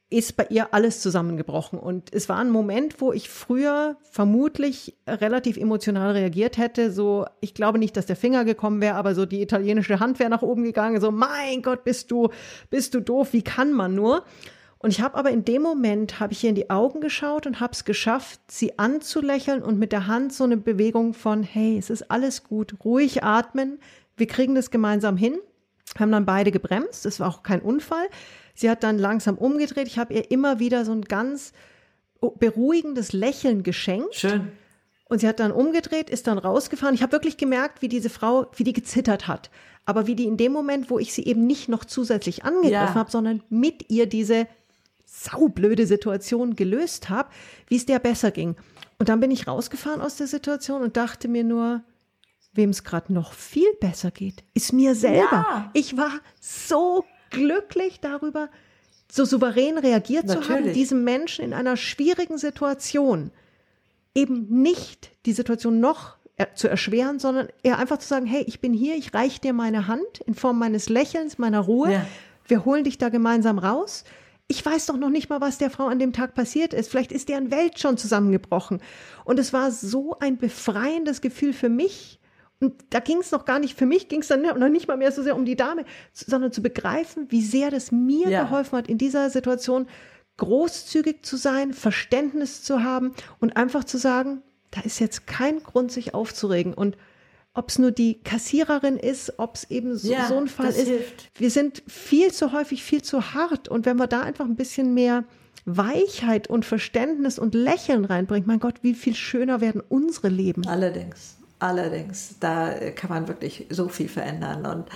ist bei ihr alles zusammengebrochen. Und es war ein Moment, wo ich früher vermutlich relativ emotional reagiert hätte. So, ich glaube nicht, dass der Finger gekommen wäre, aber so die italienische Hand wäre nach oben gegangen. So, mein Gott, bist du doof, wie kann man nur? Und ich habe aber in dem Moment, habe ich ihr in die Augen geschaut und habe es geschafft, sie anzulächeln und mit der Hand so eine Bewegung von, hey, es ist alles gut, ruhig atmen, wir kriegen das gemeinsam hin. Haben dann beide gebremst, es war auch kein Unfall. Sie hat dann langsam umgedreht. Ich habe ihr immer wieder so ein ganz beruhigendes Lächeln geschenkt. Schön. Und sie hat dann umgedreht, ist dann rausgefahren. Ich habe wirklich gemerkt, wie diese Frau, wie die gezittert hat. Aber wie die in dem Moment, wo ich sie eben nicht noch zusätzlich angegriffen habe, sondern mit ihr diese saublöde Situation gelöst habe, wie es der besser ging. Und dann bin ich rausgefahren aus der Situation und dachte mir nur, wem es gerade noch viel besser geht, ist mir selber. Ja. Ich war so glücklich darüber, so souverän reagiert zu haben, diesem Menschen in einer schwierigen Situation eben nicht die Situation noch zu erschweren, sondern eher einfach zu sagen, hey, ich bin hier, ich reiche dir meine Hand in Form meines Lächelns, meiner Ruhe. Ja. Wir holen dich da gemeinsam raus. Ich weiß doch noch nicht mal, was der Frau an dem Tag passiert ist. Vielleicht ist deren Welt schon zusammengebrochen. Und es war so ein befreiendes Gefühl für mich. Und da ging es noch gar nicht, für mich ging es dann noch nicht mal mehr so sehr um die Dame, sondern zu begreifen, wie sehr das mir geholfen hat, in dieser Situation großzügig zu sein, Verständnis zu haben und einfach zu sagen, da ist jetzt kein Grund, sich aufzuregen. Und ob es nur die Kassiererin ist, ob es eben so ein Fall ist, hilft. Wir sind viel zu häufig, viel zu hart. Und wenn wir da einfach ein bisschen mehr Weichheit und Verständnis und Lächeln reinbringen, mein Gott, wie viel schöner werden unsere Leben. Allerdings, da kann man wirklich so viel verändern. Und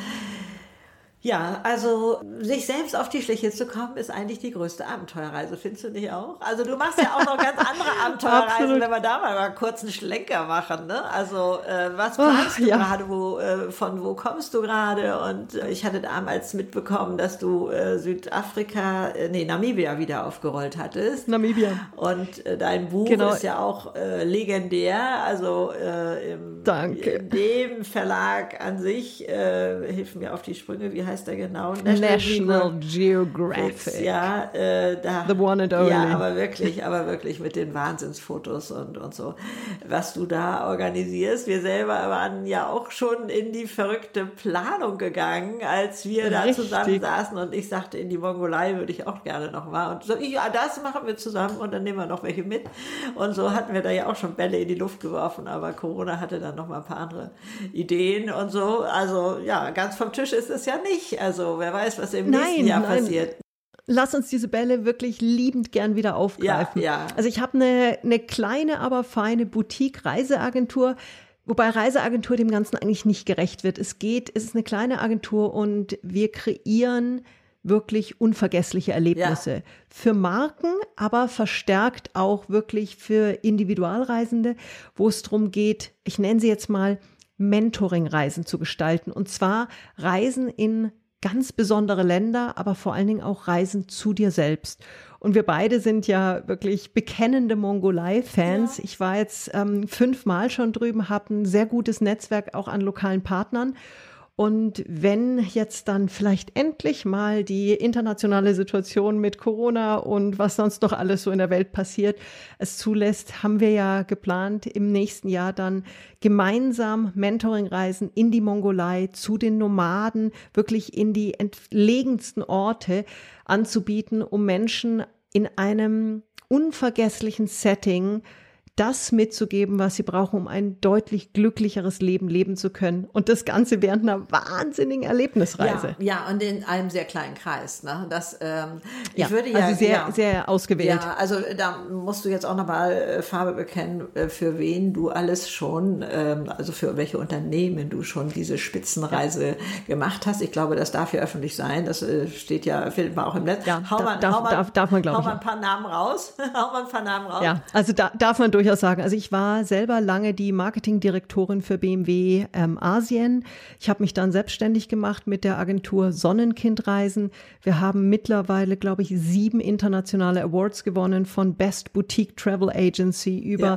ja, also sich selbst auf die Schliche zu kommen, ist eigentlich die größte Abenteuerreise, findest du nicht auch? Also du machst ja auch noch ganz andere Abenteuerreisen, wenn wir da mal kurz einen Schlenker machen, ne? Also was planst du gerade, von wo kommst du gerade? Und ich hatte damals mitbekommen, dass du Namibia wieder aufgerollt hattest. Namibia. Und dein Buch ist ja auch legendär, also in dem Verlag an sich, hilf mir auf die Sprünge, wie heißt der genau? National Geographic. Ja, the one and only. Ja, aber wirklich mit den Wahnsinnsfotos und so, was du da organisierst. Wir selber waren ja auch schon in die verrückte Planung gegangen, als wir da zusammen saßen und ich sagte, in die Mongolei würde ich auch gerne noch mal. Und so, ja, das machen wir zusammen und dann nehmen wir noch welche mit. Und so hatten wir da ja auch schon Bälle in die Luft geworfen, aber Corona hatte dann noch mal ein paar andere Ideen und so. Also ja, ganz vom Tisch ist es ja nicht. Also wer weiß, was im nächsten Jahr passiert. Lass uns diese Bälle wirklich liebend gern wieder aufgreifen. Ja. Also ich habe eine kleine, aber feine Boutique-Reiseagentur, wobei Reiseagentur dem Ganzen eigentlich nicht gerecht wird. Es ist eine kleine Agentur und wir kreieren wirklich unvergessliche Erlebnisse für Marken, aber verstärkt auch wirklich für Individualreisende, wo es darum geht, ich nenne sie jetzt mal Mentoring-Reisen zu gestalten. Und zwar Reisen in ganz besondere Länder, aber vor allen Dingen auch Reisen zu dir selbst. Und wir beide sind ja wirklich bekennende Mongolei-Fans. Ja. Ich war jetzt 5-mal schon drüben, habe ein sehr gutes Netzwerk auch an lokalen Partnern. Und wenn jetzt dann vielleicht endlich mal die internationale Situation mit Corona und was sonst noch alles so in der Welt passiert, es zulässt, haben wir ja geplant, im nächsten Jahr dann gemeinsam Mentoring-Reisen in die Mongolei zu den Nomaden, wirklich in die entlegensten Orte anzubieten, um Menschen in einem unvergesslichen Setting das mitzugeben, was sie brauchen, um ein deutlich glücklicheres Leben leben zu können. Und das Ganze während einer wahnsinnigen Erlebnisreise. Ja, und in einem sehr kleinen Kreis. Ne? Sehr ausgewählt. Ja, also da musst du jetzt auch nochmal Farbe bekennen, für wen du alles schon, also für welche Unternehmen du schon diese Spitzenreise gemacht hast. Ich glaube, das darf ja öffentlich sein. Das findet man auch im Netz. Ja, darf man, glaube ich. Hau mal ein paar Namen raus. Ja, also darf man durchaus sagen. Also ich war selber lange die Marketingdirektorin für BMW Asien. Ich habe mich dann selbstständig gemacht mit der Agentur Sonnenkindreisen. Wir haben mittlerweile, glaube ich, 7 internationale Awards gewonnen, von Best Boutique Travel Agency über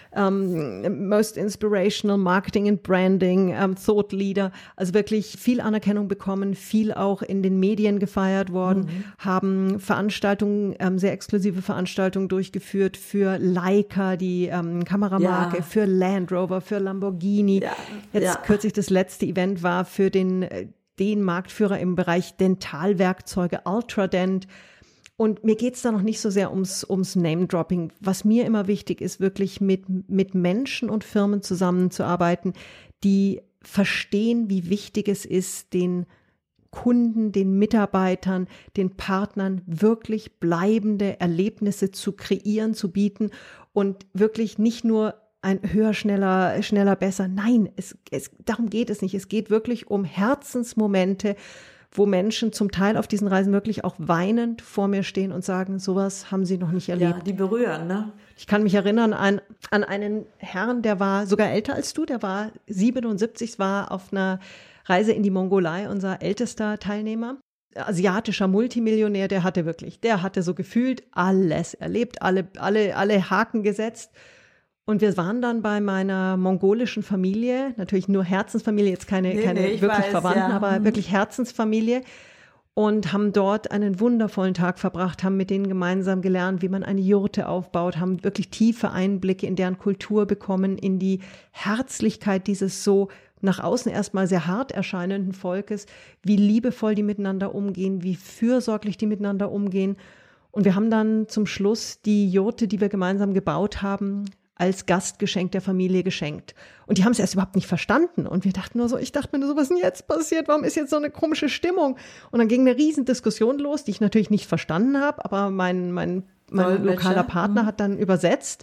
Most Inspirational Marketing and Branding, Thought Leader, also wirklich viel Anerkennung bekommen, viel auch in den Medien gefeiert worden, haben Veranstaltungen, sehr exklusive Veranstaltungen durchgeführt für Leica, die Kameramarke, für Land Rover, für Lamborghini. Jetzt kürzlich das letzte Event war für den Marktführer im Bereich Dentalwerkzeuge, Ultradent. Und mir geht's da noch nicht so sehr ums Name-Dropping. Was mir immer wichtig ist, wirklich mit Menschen und Firmen zusammenzuarbeiten, die verstehen, wie wichtig es ist, den Kunden, den Mitarbeitern, den Partnern wirklich bleibende Erlebnisse zu kreieren, zu bieten und wirklich nicht nur ein höher, schneller, besser. Nein, darum geht es nicht. Es geht wirklich um Herzensmomente, wo Menschen zum Teil auf diesen Reisen wirklich auch weinend vor mir stehen und sagen, sowas haben sie noch nicht erlebt. Ja, die berühren, ne? Ich kann mich erinnern an einen Herrn, der war sogar älter als du, der war 77, war auf einer Reise in die Mongolei, unser ältester Teilnehmer. Asiatischer Multimillionär, der hatte so gefühlt alles erlebt, alle Haken gesetzt. Und wir waren dann bei meiner mongolischen Familie, natürlich nur Herzensfamilie, jetzt keine wirklich Verwandten, aber wirklich Herzensfamilie, und haben dort einen wundervollen Tag verbracht, haben mit denen gemeinsam gelernt, wie man eine Jurte aufbaut, haben wirklich tiefe Einblicke in deren Kultur bekommen, in die Herzlichkeit dieses so nach außen erstmal sehr hart erscheinenden Volkes, wie liebevoll die miteinander umgehen, wie fürsorglich die miteinander umgehen. Und wir haben dann zum Schluss die Jurte, die wir gemeinsam gebaut haben, als Gastgeschenk der Familie geschenkt. Und die haben es erst überhaupt nicht verstanden. Und ich dachte mir so, was ist denn jetzt passiert? Warum ist jetzt so eine komische Stimmung? Und dann ging eine riesen Diskussion los, die ich natürlich nicht verstanden habe, aber mein lokaler Partner hat dann übersetzt.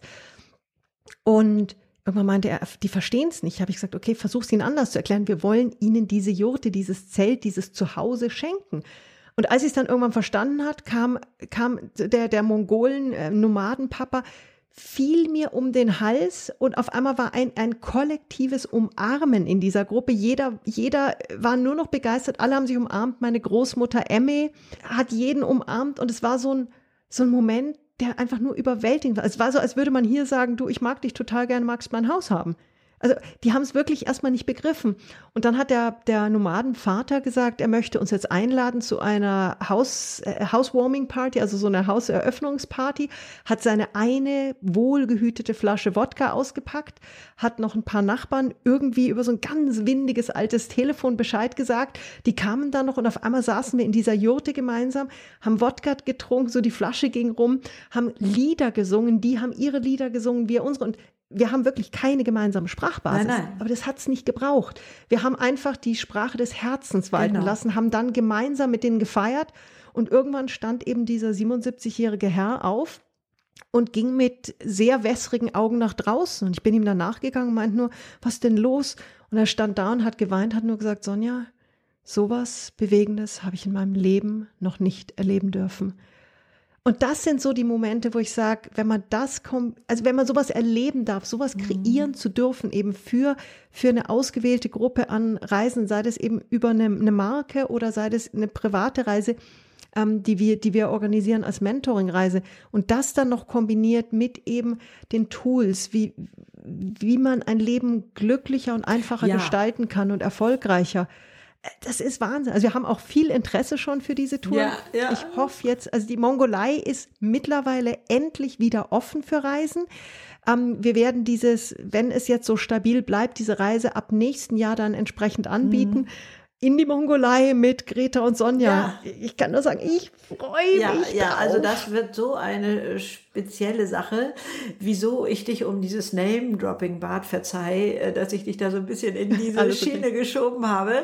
Und irgendwann meinte er, die verstehen es nicht. Habe ich gesagt, okay, versuch's ihnen anders zu erklären. Wir wollen ihnen diese Jurte, dieses Zelt, dieses Zuhause schenken. Und als ich es dann irgendwann verstanden hat, kam der Mongolen-Nomadenpapa, fiel mir um den Hals, und auf einmal war ein kollektives Umarmen in dieser Gruppe. Jeder war nur noch begeistert, alle haben sich umarmt. Meine Großmutter Emme hat jeden umarmt, und es war so ein Moment, der einfach nur überwältigend war. Es war so, als würde man hier sagen, du, ich mag dich total gern, magst mein Haus haben. Also die haben es wirklich erstmal nicht begriffen. Und dann hat der Nomadenvater gesagt, er möchte uns jetzt einladen zu einer Housewarming-Party, also so eine Hauseröffnungsparty, hat seine eine wohlgehütete Flasche Wodka ausgepackt, hat noch ein paar Nachbarn irgendwie über so ein ganz windiges altes Telefon Bescheid gesagt. Die kamen dann noch, und auf einmal saßen wir in dieser Jurte gemeinsam, haben Wodka getrunken, so die Flasche ging rum, haben Lieder gesungen, die haben ihre Lieder gesungen, wir unsere, und wir haben wirklich keine gemeinsame Sprachbasis, nein. Aber das hat es nicht gebraucht. Wir haben einfach die Sprache des Herzens walten lassen, haben dann gemeinsam mit denen gefeiert, und irgendwann stand eben dieser 77-jährige Herr auf und ging mit sehr wässrigen Augen nach draußen, und ich bin ihm dann nachgegangen und meinte nur, was denn los? Und er stand da und hat geweint, hat nur gesagt, Sonja, sowas Bewegendes habe ich in meinem Leben noch nicht erleben dürfen. Und das sind so die Momente, wo ich sage, wenn man sowas erleben darf, sowas kreieren zu dürfen, eben für eine ausgewählte Gruppe an Reisen, sei das eben über eine Marke oder sei das eine private Reise, die wir organisieren als Mentoring-Reise, und das dann noch kombiniert mit eben den Tools, wie man ein Leben glücklicher und einfacher gestalten kann und erfolgreicher. Das ist Wahnsinn. Also wir haben auch viel Interesse schon für diese Tour. Ja. Ich hoffe jetzt, also die Mongolei ist mittlerweile endlich wieder offen für Reisen. Wir werden wenn es jetzt so stabil bleibt, diese Reise ab nächsten Jahr dann entsprechend anbieten. In die Mongolei mit Greta und Sonja. Ja. Ich kann nur sagen, ich freue mich Ja, drauf. also das wird so eine spezielle Sache. Wieso ich dich um dieses Name-Dropping bat, verzeih, dass ich dich da so ein bisschen in diese Schiene geschoben habe,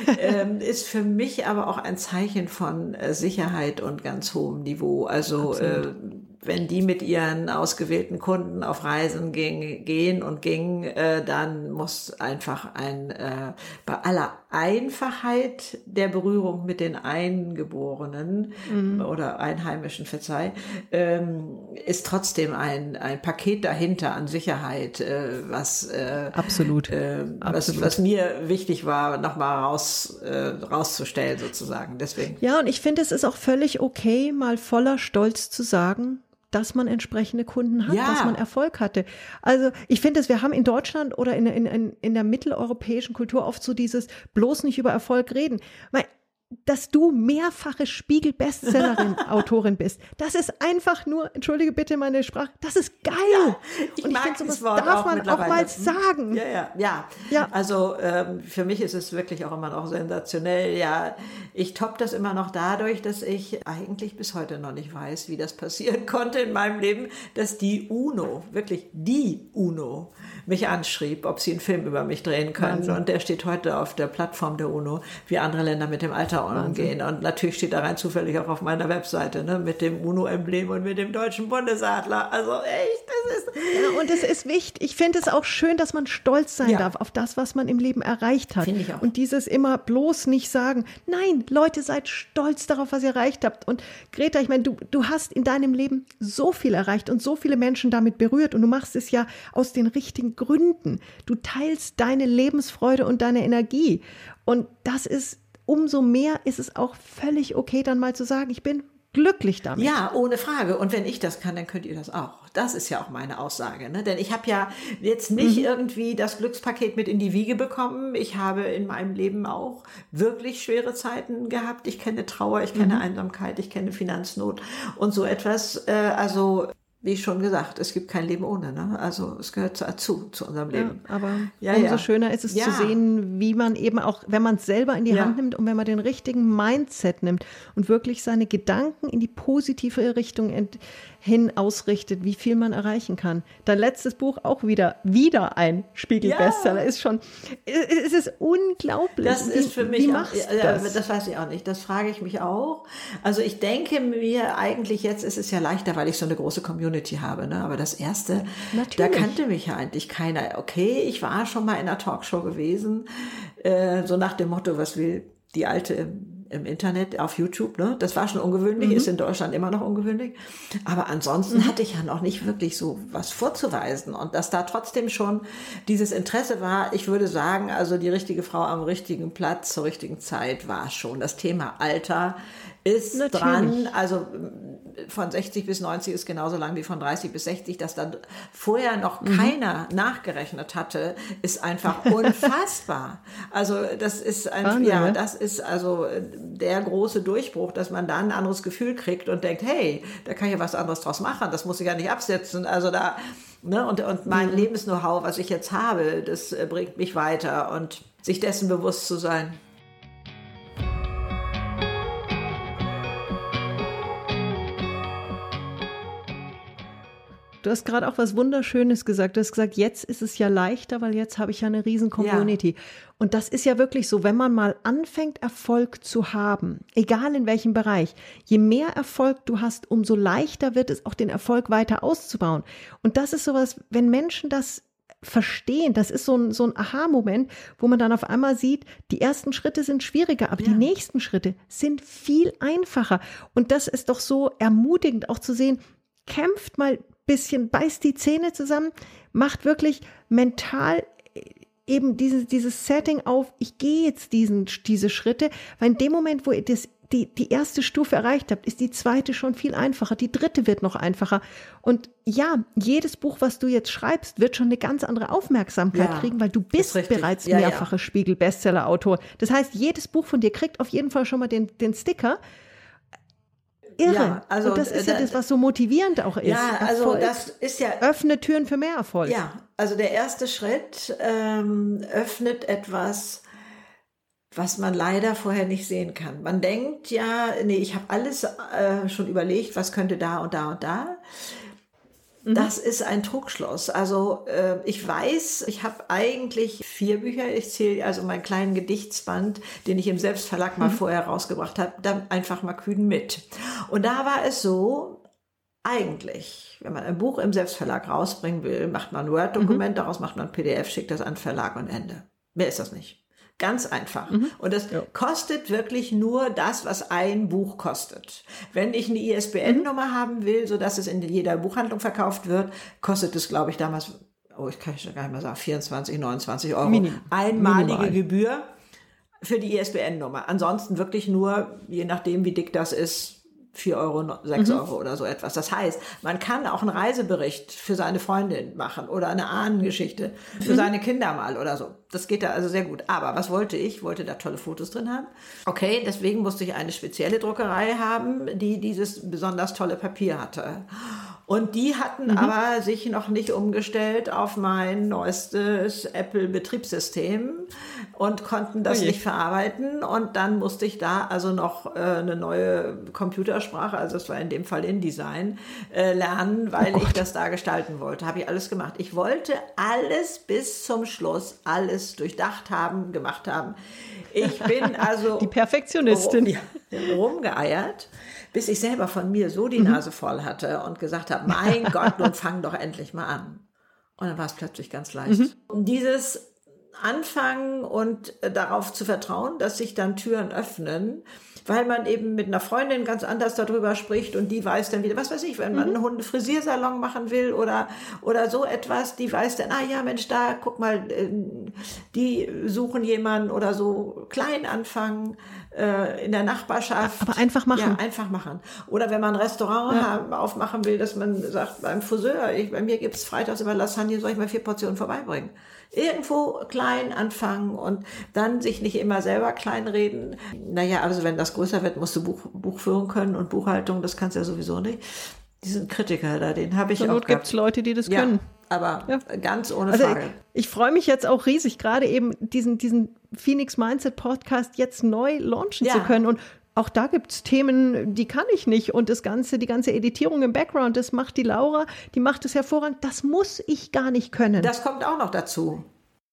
ist für mich aber auch ein Zeichen von Sicherheit und ganz hohem Niveau. Also wenn die mit ihren ausgewählten Kunden auf Reisen gingen, dann muss einfach bei aller Einfachheit der Berührung mit den Eingeborenen oder Einheimischen, ist trotzdem ein Paket dahinter an Sicherheit, was mir wichtig war, nochmal rauszustellen sozusagen. Deswegen. Ja, und ich finde, es ist auch völlig okay, mal voller Stolz zu sagen, dass man entsprechende Kunden hat, dass man Erfolg hatte. Also ich finde, wir haben in Deutschland oder in der mitteleuropäischen Kultur oft so dieses bloß nicht über Erfolg reden. Weil dass du mehrfache Spiegel-Bestsellerin, Autorin bist. Das ist einfach nur, entschuldige bitte meine Sprache, das ist geil. Ja, ich mag das Wort darf man auch mal sagen. Ja. Also für mich ist es wirklich auch immer noch sensationell. Ja, ich toppe das immer noch dadurch, dass ich eigentlich bis heute noch nicht weiß, wie das passieren konnte in meinem Leben, dass die UNO, wirklich die UNO, mich anschrieb, ob sie einen Film über mich drehen können. Wahnsinn. Und der steht heute auf der Plattform der UNO, wie andere Länder mit dem Alter umgehen. Und natürlich steht da rein zufällig auch auf meiner Webseite, ne, mit dem UNO-Emblem und mit dem deutschen Bundesadler. Also echt, das ist... Ja, und es ist wichtig. Ich finde es auch schön, dass man stolz sein darf auf das, was man im Leben erreicht hat. Finde ich auch. Und dieses immer bloß nicht sagen, nein, Leute, seid stolz darauf, was ihr erreicht habt. Und Greta, ich meine, du hast in deinem Leben so viel erreicht und so viele Menschen damit berührt und du machst es ja aus den richtigen Gründen. Du teilst deine Lebensfreude und deine Energie. Und das ist, umso mehr ist es auch völlig okay, dann mal zu sagen, ich bin glücklich damit. Ja, ohne Frage. Und wenn ich das kann, dann könnt ihr das auch. Das ist ja auch meine Aussage. Ne? Denn ich habe ja jetzt nicht irgendwie das Glückspaket mit in die Wiege bekommen. Ich habe in meinem Leben auch wirklich schwere Zeiten gehabt. Ich kenne Trauer, ich kenne Einsamkeit, ich kenne Finanznot und so etwas. Also wie ich schon gesagt, es gibt kein Leben ohne. Ne? Also es gehört dazu, zu unserem Leben. Ja, aber umso schöner ist es zu sehen, wie man eben auch, wenn man es selber in die Hand nimmt und wenn man den richtigen Mindset nimmt und wirklich seine Gedanken in die positive Richtung hin ausrichtet, wie viel man erreichen kann. Dein letztes Buch auch wieder ein Spiegel-Bestseller. Es ist unglaublich. Das ist für mich auch, das weiß ich auch nicht. Das frage ich mich auch. Also ich denke mir eigentlich, jetzt ist es ja leichter, weil ich so eine große Community habe. Ne? Aber das erste, da kannte mich ja eigentlich keiner. Okay, ich war schon mal in einer Talkshow gewesen, so nach dem Motto, was will die Alte im Internet, auf YouTube, ne? Das war schon ungewöhnlich, ist in Deutschland immer noch ungewöhnlich. Aber ansonsten hatte ich ja noch nicht wirklich so was vorzuweisen. Und dass da trotzdem schon dieses Interesse war, ich würde sagen, also die richtige Frau am richtigen Platz zur richtigen Zeit war schon. Das Thema Alter ist dran, also von 60 bis 90 ist genauso lang wie von 30 bis 60, dass dann vorher noch keiner nachgerechnet hatte, ist einfach unfassbar. Also das ist das ist also der große Durchbruch, dass man dann ein anderes Gefühl kriegt und denkt, hey, da kann ich ja was anderes draus machen, das muss ich ja nicht absetzen, also da, ne, und mein Lebens-Know-how, was ich jetzt habe, das bringt mich weiter und sich dessen bewusst zu sein. Du hast gerade auch was Wunderschönes gesagt. Du hast gesagt, jetzt ist es ja leichter, weil jetzt habe ich ja eine riesen Community. Ja. Und das ist ja wirklich so, wenn man mal anfängt, Erfolg zu haben, egal in welchem Bereich, je mehr Erfolg du hast, umso leichter wird es auch, den Erfolg weiter auszubauen. Und das ist sowas, wenn Menschen das verstehen, das ist so ein Aha-Moment, wo man dann auf einmal sieht, die ersten Schritte sind schwieriger, aber die nächsten Schritte sind viel einfacher. Und das ist doch so ermutigend, auch zu sehen, kämpft mal bisschen, beißt die Zähne zusammen, macht wirklich mental eben dieses Setting auf, ich gehe jetzt diese Schritte, weil in dem Moment, wo ihr die erste Stufe erreicht habt, ist die zweite schon viel einfacher, die dritte wird noch einfacher. Und ja, jedes Buch, was du jetzt schreibst, wird schon eine ganz andere Aufmerksamkeit kriegen, weil du bist bereits mehrfache Spiegel-Bestseller-Autor. Das heißt, jedes Buch von dir kriegt auf jeden Fall schon mal den Sticker. Irre. Ja, also und das ist ja das, was so motivierend auch ist. Ja, also Erfolg das ist ja... öffnet Türen für mehr Erfolg. Ja, also der erste Schritt öffnet etwas, was man leider vorher nicht sehen kann. Man denkt ja, nee, ich habe alles schon überlegt, was könnte da und da und da. Das ist ein Trugschluss. Also ich weiß, ich habe eigentlich 4 Bücher. Ich zähle also meinen kleinen Gedichtsband, den ich im Selbstverlag mal vorher rausgebracht habe, dann einfach mal kühn mit. Und da war es so, eigentlich, wenn man ein Buch im Selbstverlag rausbringen will, macht man ein Word-Dokument, daraus macht man ein PDF, schickt das an den Verlag und Ende. Mehr ist das nicht. Ganz einfach. Und das kostet wirklich nur das, was ein Buch kostet. Wenn ich eine ISBN-Nummer haben will, sodass es in jeder Buchhandlung verkauft wird, kostet es, glaube ich, damals, ich kann es gar nicht mehr sagen, 24, 29 Euro. Einmalige Gebühr für die ISBN-Nummer. Ansonsten wirklich nur, je nachdem, wie dick das ist, 4 Euro, 6 Euro oder so etwas. Das heißt, man kann auch einen Reisebericht für seine Freundin machen oder eine Ahnengeschichte für seine Kinder mal oder so. Das geht da also sehr gut. Aber was wollte ich? Ich wollte da tolle Fotos drin haben. Okay, deswegen musste ich eine spezielle Druckerei haben, die dieses besonders tolle Papier hatte. Und die hatten aber sich noch nicht umgestellt auf mein neuestes Apple-Betriebssystem und konnten das nicht verarbeiten. Und dann musste ich da also noch eine neue Computersprache, also es war in dem Fall InDesign, lernen, weil ich das da gestalten wollte. Habe ich alles gemacht. Ich wollte alles bis zum Schluss, alles durchdacht haben, gemacht haben. Ich bin also die Perfektionistin rumgeeiert, bis ich selber von mir so die Nase voll hatte und gesagt habe, mein Gott, nun fang doch endlich mal an. Und dann war es plötzlich ganz leicht. Dieses Anfangen und darauf zu vertrauen, dass sich dann Türen öffnen, weil man eben mit einer Freundin ganz anders darüber spricht und die weiß dann wieder, was weiß ich, wenn man einen Hundefrisiersalon machen will oder so etwas, die weiß dann, ja Mensch, da, guck mal, die suchen jemanden oder so, klein anfangen, in der Nachbarschaft. Aber einfach machen. Ja, einfach machen. Oder wenn man ein Restaurant aufmachen will, dass man sagt, beim Friseur, bei mir gibt es freitags immer Lasagne, soll ich mal 4 Portionen vorbeibringen? Irgendwo klein anfangen und dann sich nicht immer selber kleinreden. Naja, also wenn das größer wird, musst du Buchführung können und Buchhaltung, das kannst du ja sowieso nicht. Diesen Kritiker da, den habe ich auch gehabt. Gibt es Leute, die das können. Aber ganz ohne Frage. Ich freue mich jetzt auch riesig, gerade eben diesen Phoenix Mindset Podcast jetzt neu launchen zu können. Und auch da gibt es Themen, die kann ich nicht. Und die ganze Editierung im Background, das macht die Laura, die macht es hervorragend. Das muss ich gar nicht können. Das kommt auch noch dazu.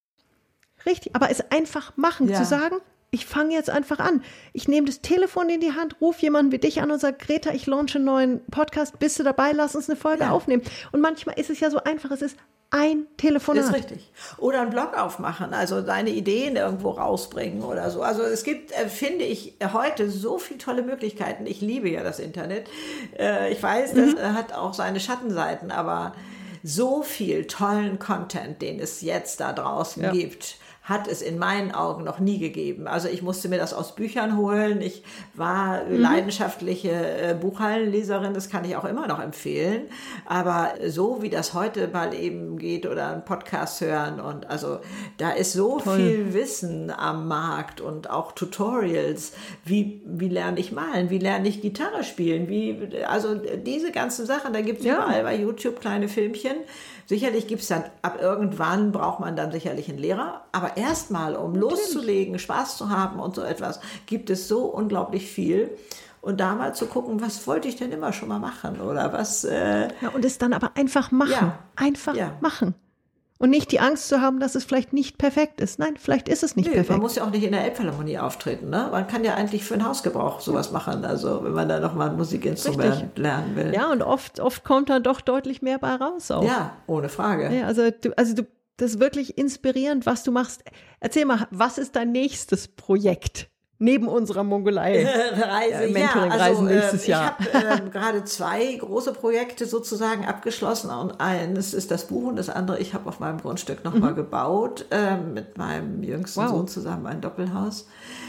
Richtig, aber es einfach machen, zu sagen, ich fange jetzt einfach an. Ich nehme das Telefon in die Hand, rufe jemanden wie dich an und sage, Greta, ich launche einen neuen Podcast, bist du dabei, lass uns eine Folge aufnehmen. Und manchmal ist es ja so einfach, es ist ein Telefonat. Ist richtig. Oder einen Blog aufmachen, also seine Ideen irgendwo rausbringen oder so. Also es gibt, finde ich, heute so viele tolle Möglichkeiten. Ich liebe ja das Internet. Ich weiß, das hat auch seine Schattenseiten, aber so viel tollen Content, den es jetzt da draußen gibt, hat es in meinen Augen noch nie gegeben. Also ich musste mir das aus Büchern holen. Ich war leidenschaftliche Buchhallenleserin, das kann ich auch immer noch empfehlen. Aber so wie das heute mal eben geht oder einen Podcast hören und also da ist so viel Wissen am Markt und auch Tutorials. Wie lerne ich malen? Wie lerne ich Gitarre spielen? Also diese ganzen Sachen, da gibt es überall bei YouTube kleine Filmchen. Sicherlich gibt es dann, ab irgendwann braucht man dann sicherlich einen Lehrer, aber erstmal, um loszulegen, Spaß zu haben und so etwas, gibt es so unglaublich viel. Und da mal zu gucken, was wollte ich denn immer schon mal machen oder was... und es dann aber einfach machen, machen. Und nicht die Angst zu haben, dass es vielleicht nicht perfekt ist. Nein, vielleicht ist es nicht perfekt. Man muss ja auch nicht in der Elbphilharmonie auftreten. Ne? Man kann ja eigentlich für den Hausgebrauch sowas machen, also wenn man da nochmal ein Musikinstrument lernen will. Ja, und oft kommt dann doch deutlich mehr bei raus auch. Ja, ohne Frage. Ja, das ist wirklich inspirierend, was du machst. Erzähl mal, was ist dein nächstes Projekt? Neben unserer Mongolei-Reise, Mentoring-Reisen nächstes Jahr. Ich habe gerade 2 große Projekte sozusagen abgeschlossen und eines ist das Buch und das andere, ich habe auf meinem Grundstück nochmal gebaut, mit meinem jüngsten Sohn zusammen ein Doppelhaus.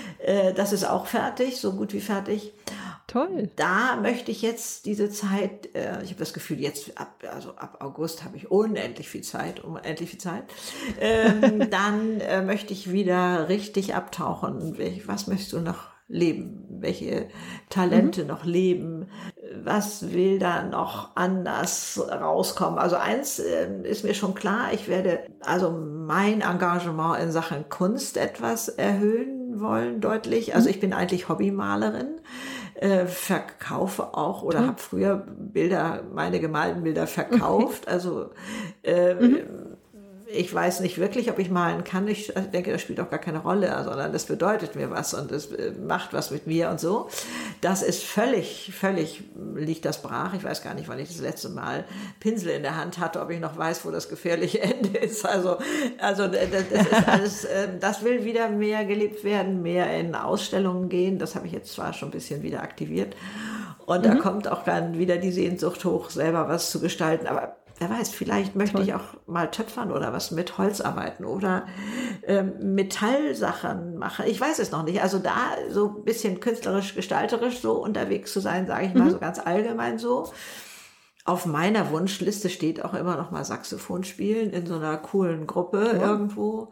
Das ist auch fertig, so gut wie fertig. Toll. Da möchte ich jetzt diese Zeit, ich habe das Gefühl, jetzt ab August habe ich unendlich viel Zeit, dann möchte ich wieder richtig abtauchen. Was möchtest du noch leben? Welche Talente noch leben? Was will da noch anders rauskommen? Also eins ist mir schon klar, ich werde also mein Engagement in Sachen Kunst etwas erhöhen wollen, deutlich. Also ich bin eigentlich Hobbymalerin. Verkaufe auch oder habe früher meine gemalten Bilder verkauft. Also ich weiß nicht wirklich, ob ich malen kann. Ich denke, das spielt auch gar keine Rolle, sondern das bedeutet mir was und das macht was mit mir und so. Das ist völlig liegt das brach. Ich weiß gar nicht, wann ich das letzte Mal Pinsel in der Hand hatte, ob ich noch weiß, wo das gefährliche Ende ist. Also das ist alles, das will wieder mehr gelebt werden, mehr in Ausstellungen gehen. Das habe ich jetzt zwar schon ein bisschen wieder aktiviert. Und da kommt auch dann wieder die Sehnsucht hoch, selber was zu gestalten. Aber wer weiß, vielleicht möchte ich auch mal töpfern oder was mit Holz arbeiten oder Metallsachen machen. Ich weiß es noch nicht. Also da so ein bisschen künstlerisch, gestalterisch so unterwegs zu sein, sage ich mal so ganz allgemein so. Auf meiner Wunschliste steht auch immer noch mal Saxophon spielen in so einer coolen Gruppe irgendwo.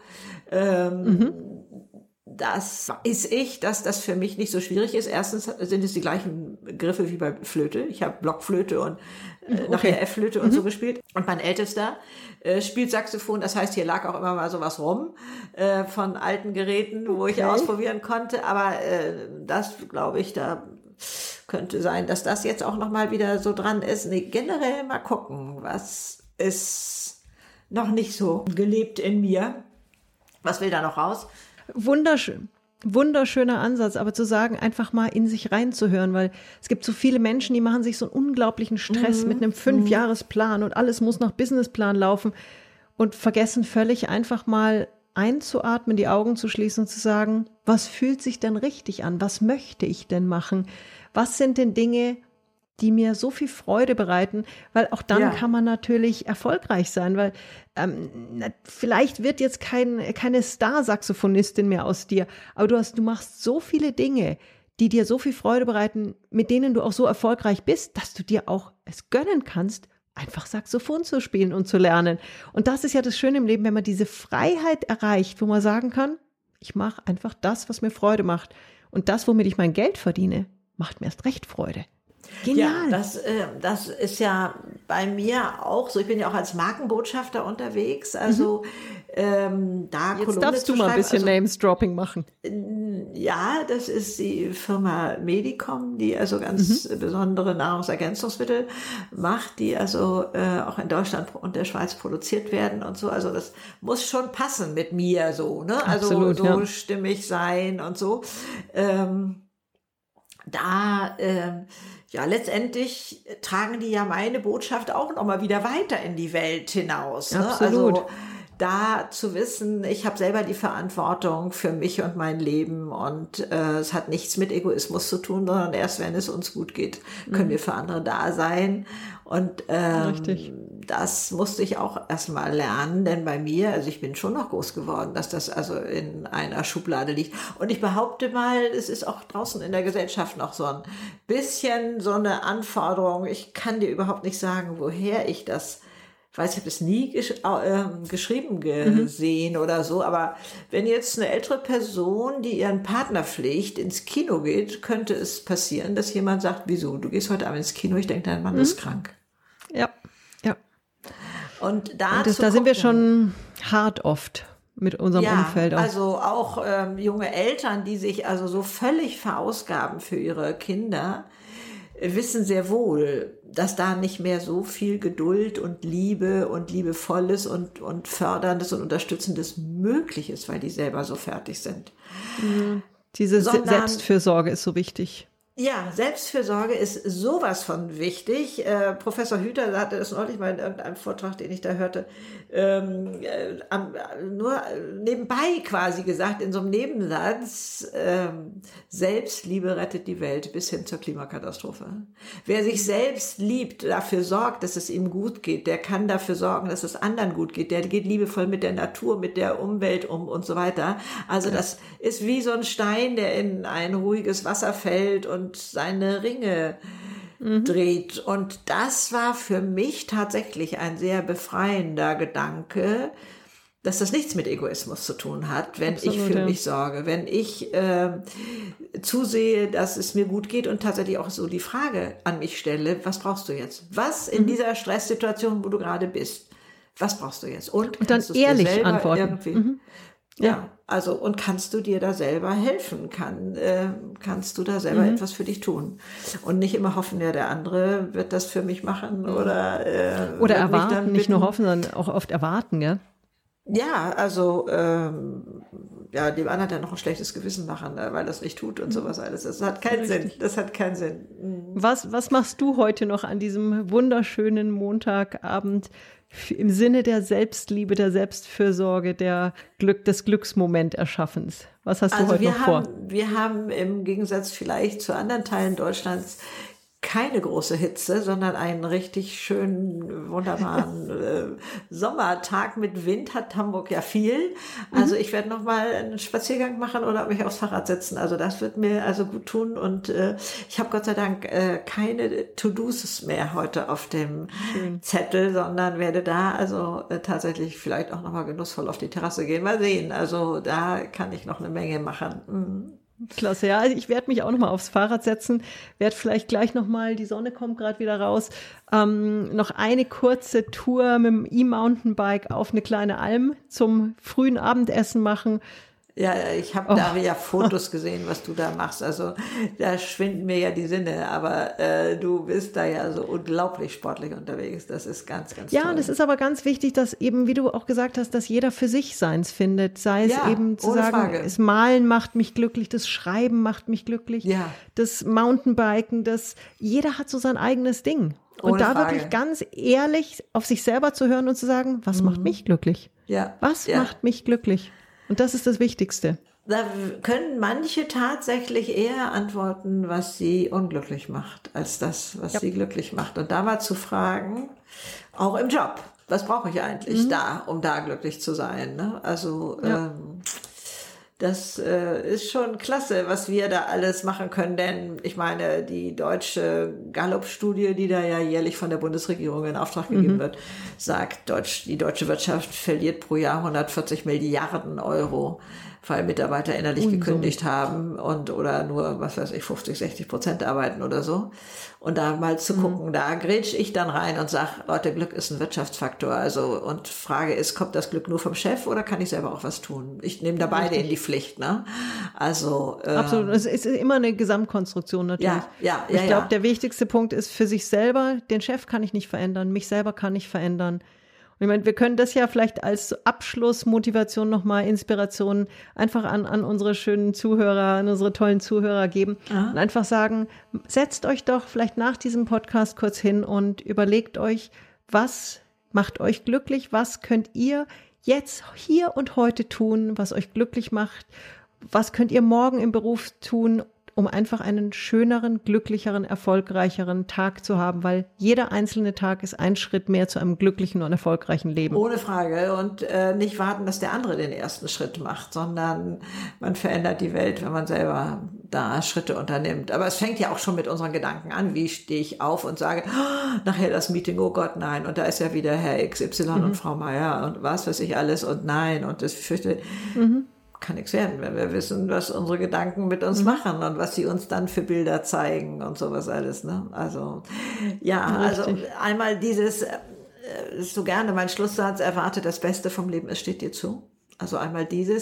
Das weiß ich, dass das für mich nicht so schwierig ist. Erstens sind es die gleichen Griffe wie bei Flöte. Ich habe Blockflöte und nachher F-Flöte und so gespielt. Und mein Ältester spielt Saxophon. Das heißt, hier lag auch immer mal sowas rum von alten Geräten, wo ich ausprobieren konnte. Aber das, glaube ich, da könnte sein, dass das jetzt auch noch mal wieder so dran ist. Nee, generell mal gucken, was ist noch nicht so gelebt in mir. Was will da noch raus? Wunderschön. Wunderschöner Ansatz, aber zu sagen, einfach mal in sich reinzuhören, weil es gibt so viele Menschen, die machen sich so einen unglaublichen Stress mit einem 5-Jahresplan und alles muss nach Businessplan laufen und vergessen völlig einfach mal einzuatmen, die Augen zu schließen und zu sagen, was fühlt sich denn richtig an? Was möchte ich denn machen? Was sind denn Dinge, die mir so viel Freude bereiten, weil auch dann kann man natürlich erfolgreich sein, weil vielleicht wird jetzt keine Star-Saxophonistin mehr aus dir, aber du machst so viele Dinge, die dir so viel Freude bereiten, mit denen du auch so erfolgreich bist, dass du dir auch es gönnen kannst, einfach Saxophon zu spielen und zu lernen. Und das ist ja das Schöne im Leben, wenn man diese Freiheit erreicht, wo man sagen kann, ich mache einfach das, was mir Freude macht. Und das, womit ich mein Geld verdiene, macht mir erst recht Freude. Genial. Ja, das ist ja bei mir auch so. Ich bin ja auch als Markenbotschafter unterwegs. Also da Jetzt Kolumne darfst du mal ein bisschen Names-Dropping machen. Ja, das ist die Firma Medicom, die also ganz besondere Nahrungsergänzungsmittel macht, die also auch in Deutschland und der Schweiz produziert werden und so. Also das muss schon passen mit mir so, ne? Also Absolut, so stimmig sein und so. Ja, letztendlich tragen die ja meine Botschaft auch nochmal wieder weiter in die Welt hinaus. Ne? Absolut. Also da zu wissen, ich habe selber die Verantwortung für mich und mein Leben und es hat nichts mit Egoismus zu tun, sondern erst wenn es uns gut geht, können wir für andere da sein. Und das musste ich auch erstmal lernen, denn bei mir, also ich bin schon noch groß geworden, dass das also in einer Schublade liegt. Und ich behaupte mal, es ist auch draußen in der Gesellschaft noch so ein bisschen so eine Anforderung. Ich kann dir überhaupt nicht sagen, woher ich das weiß, ich habe es nie geschrieben gesehen oder so, aber wenn jetzt eine ältere Person, die ihren Partner pflegt, ins Kino geht, könnte es passieren, dass jemand sagt, wieso, du gehst heute Abend ins Kino, ich denke, dein Mann ist krank. Ja. Und da sind wir schon hart oft mit unserem Umfeld auch. Also auch junge Eltern, die sich also so völlig verausgaben für ihre Kinder, wissen sehr wohl, dass da nicht mehr so viel Geduld und Liebe und Liebevolles und Förderndes und Unterstützendes möglich ist, weil die selber so fertig sind. Diese Selbstfürsorge ist so wichtig. Ja, Selbstfürsorge ist sowas von wichtig. Professor Hüter sagte das neulich mal in irgendeinem Vortrag, den ich da hörte, nur nebenbei quasi gesagt, in so einem Nebensatz, Selbstliebe rettet die Welt bis hin zur Klimakatastrophe. Wer sich selbst liebt, dafür sorgt, dass es ihm gut geht, der kann dafür sorgen, dass es anderen gut geht, der geht liebevoll mit der Natur, mit der Umwelt um und so weiter. Also das ist wie so ein Stein, der in ein ruhiges Wasser fällt und seine Ringe dreht. Und das war für mich tatsächlich ein sehr befreiender Gedanke, dass das nichts mit Egoismus zu tun hat, wenn ich für mich sorge, wenn ich zusehe, dass es mir gut geht und tatsächlich auch so die Frage an mich stelle, was brauchst du jetzt? Was in dieser Stresssituation, wo du gerade bist, was brauchst du jetzt? Und dann ehrlich antworten. Ja, also und kannst du dir da selber helfen? Kannst du da selber etwas für dich tun? Und nicht immer hoffen, ja, der andere wird das für mich machen oder erwarten, nicht nur hoffen, sondern auch oft erwarten, ja? Ja, also dem anderen hat ja noch ein schlechtes Gewissen machen, weil das nicht tut und sowas alles. Das hat keinen Sinn. Das hat keinen Sinn. Was machst du heute noch an diesem wunderschönen Montagabend im Sinne der Selbstliebe, der Selbstfürsorge, des Glücksmomenterschaffens? Was hast du heute noch vor? Wir haben im Gegensatz vielleicht zu anderen Teilen Deutschlands keine große Hitze, sondern einen richtig schönen, wunderbaren Sommertag mit Wind hat Hamburg ja viel. Also ich werde noch mal einen Spaziergang machen oder mich aufs Fahrrad setzen. Also das wird mir also gut tun. Und ich habe Gott sei Dank keine To-Dos mehr heute auf dem Zettel, sondern werde da also tatsächlich vielleicht auch noch mal genussvoll auf die Terrasse gehen. Mal sehen. Also da kann ich noch eine Menge machen. Mhm. Klasse, ja. Also ich werde mich auch nochmal aufs Fahrrad setzen, werde vielleicht gleich nochmal, die Sonne kommt gerade wieder raus, noch eine kurze Tour mit dem E-Mountainbike auf eine kleine Alm zum frühen Abendessen machen. Ja, ich habe da ja Fotos gesehen, was du da machst. Also da schwinden mir ja die Sinne, aber du bist da ja so unglaublich sportlich unterwegs. Das ist ganz, ganz toll. Ja, und es ist aber ganz wichtig, dass eben, wie du auch gesagt hast, dass jeder für sich seins findet. Sei es eben zu sagen, Frage. Das Malen macht mich glücklich, das Schreiben macht mich glücklich, das Mountainbiken, jeder hat so sein eigenes Ding. Und Ohne da Frage. wirklich ganz ehrlich auf sich selber zu hören und zu sagen, was macht mich glücklich? Ja. Was macht mich glücklich? Und das ist das Wichtigste. Da können manche tatsächlich eher antworten, was sie unglücklich macht, als das, was sie glücklich macht. Und da mal zu fragen, auch im Job, was brauche ich eigentlich da, um da glücklich zu sein? Ne? Also das ist schon klasse, was wir da alles machen können, denn ich meine, die deutsche Gallup-Studie, die da ja jährlich von der Bundesregierung in Auftrag gegeben wird, sagt, die deutsche Wirtschaft verliert pro Jahr 140 Milliarden Euro, weil Mitarbeiter innerlich gekündigt haben oder nur, 50-60% arbeiten oder so. Und da mal zu gucken, da grätsch ich dann rein und sage, Leute, Glück ist ein Wirtschaftsfaktor. Also, und Frage ist, kommt das Glück nur vom Chef oder kann ich selber auch was tun? Ich nehme da beide in die Pflicht, ne? Also. Absolut. Es ist immer eine Gesamtkonstruktion natürlich. Ich glaube, der wichtigste Punkt ist für sich selber, den Chef kann ich nicht verändern, mich selber kann ich verändern. Und ich meine, wir können das ja vielleicht als Abschlussmotivation nochmal, Inspiration einfach an unsere schönen Zuhörer, an unsere tollen Zuhörer geben und einfach sagen, setzt euch doch vielleicht nach diesem Podcast kurz hin und überlegt euch, was macht euch glücklich, was könnt ihr jetzt hier und heute tun, was euch glücklich macht, was könnt ihr morgen im Beruf tun, um einfach einen schöneren, glücklicheren, erfolgreicheren Tag zu haben, weil jeder einzelne Tag ist ein Schritt mehr zu einem glücklichen und erfolgreichen Leben. Ohne Frage. Und nicht warten, dass der andere den ersten Schritt macht, sondern man verändert die Welt, wenn man selber da Schritte unternimmt. Aber es fängt ja auch schon mit unseren Gedanken an. Wie stehe ich auf und sage, nachher das Meeting, oh Gott, nein. Und da ist ja wieder Herr XY und Frau Meier und was weiß ich alles und nein. Und das fürchte kann nichts werden, wenn wir wissen, was unsere Gedanken mit uns machen und was sie uns dann für Bilder zeigen und sowas alles. Ne? Also also einmal dieses, so gerne mein Schlusssatz, erwarte das Beste vom Leben, es steht dir zu. Also einmal dieses,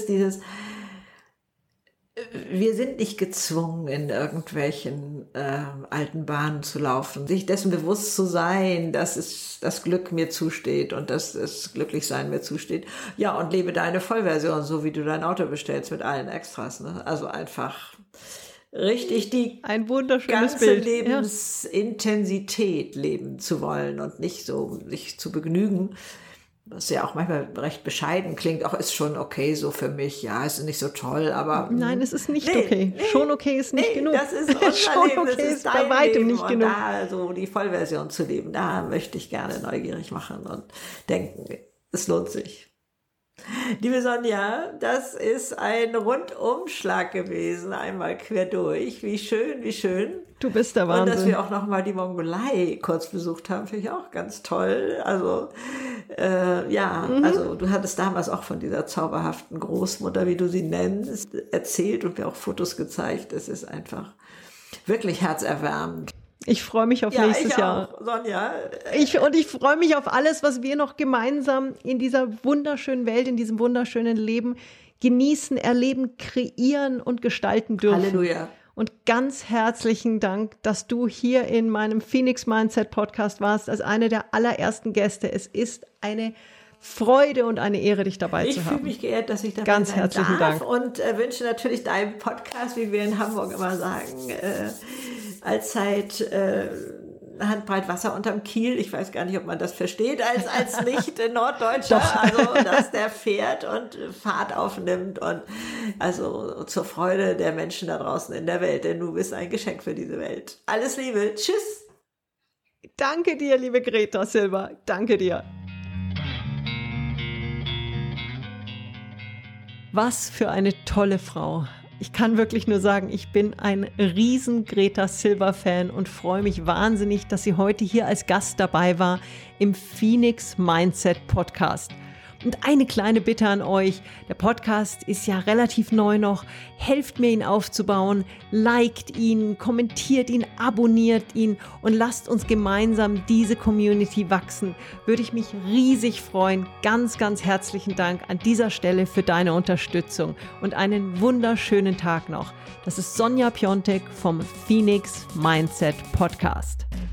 wir sind nicht gezwungen, in irgendwelchen alten Bahnen zu laufen. Sich dessen bewusst zu sein, dass das Glück mir zusteht und dass das Glücklichsein mir zusteht. Ja, und lebe deine Vollversion, so wie du dein Auto bestellst mit allen Extras. Ne? Also einfach richtig die ein wunderschönes ganze Bild. Lebensintensität leben zu wollen und nicht so sich zu begnügen. Was ja auch manchmal recht bescheiden klingt, auch ist schon okay so für mich. Ja, es ist nicht so toll, aber... Nein, es ist nicht okay. Schon okay ist nicht genug. Das ist unser schon Leben, okay das ist bei dein weitem Leben. nicht und genug. da so die Vollversion zu leben, da möchte ich gerne neugierig machen und denken, es lohnt sich. Liebe Sonja, das ist ein Rundumschlag gewesen, einmal quer durch. Wie schön, wie schön. Du bist der Wahnsinn. Und dass wir auch nochmal die Mongolei kurz besucht haben, finde ich auch ganz toll. Also, also du hattest damals auch von dieser zauberhaften Großmutter, wie du sie nennst, erzählt und mir auch Fotos gezeigt. Es ist einfach wirklich herzerwärmend. Ich freue mich auf nächstes Jahr. Sonja. Ich freue mich auf alles, was wir noch gemeinsam in dieser wunderschönen Welt, in diesem wunderschönen Leben genießen, erleben, kreieren und gestalten dürfen. Halleluja. Und ganz herzlichen Dank, dass du hier in meinem Phoenix Mindset Podcast warst, als eine der allerersten Gäste. Es ist eine Freude und eine Ehre, dich dabei zu haben. Ich fühle mich geehrt, dass ich dabei ganz sein herzlichen darf Dank. Und wünsche natürlich deinem Podcast, wie wir in Hamburg immer sagen, allzeit Handbreit Wasser unterm Kiel. Ich weiß gar nicht, ob man das versteht als Nicht-Norddeutscher. Also, dass der fährt und Fahrt aufnimmt und also zur Freude der Menschen da draußen in der Welt, denn du bist ein Geschenk für diese Welt. Alles Liebe. Tschüss. Danke dir, liebe Greta Silber. Danke dir. Was für eine tolle Frau. Ich kann wirklich nur sagen, ich bin ein riesen Greta Silber-Fan und freue mich wahnsinnig, dass sie heute hier als Gast dabei war im Phoenix Mindset Podcast. Und eine kleine Bitte an euch, der Podcast ist ja relativ neu noch, helft mir ihn aufzubauen, liked ihn, kommentiert ihn, abonniert ihn und lasst uns gemeinsam diese Community wachsen. Würde ich mich riesig freuen. Ganz, ganz herzlichen Dank an dieser Stelle für deine Unterstützung und einen wunderschönen Tag noch. Das ist Sonja Piontek vom Phoenix Mindset Podcast.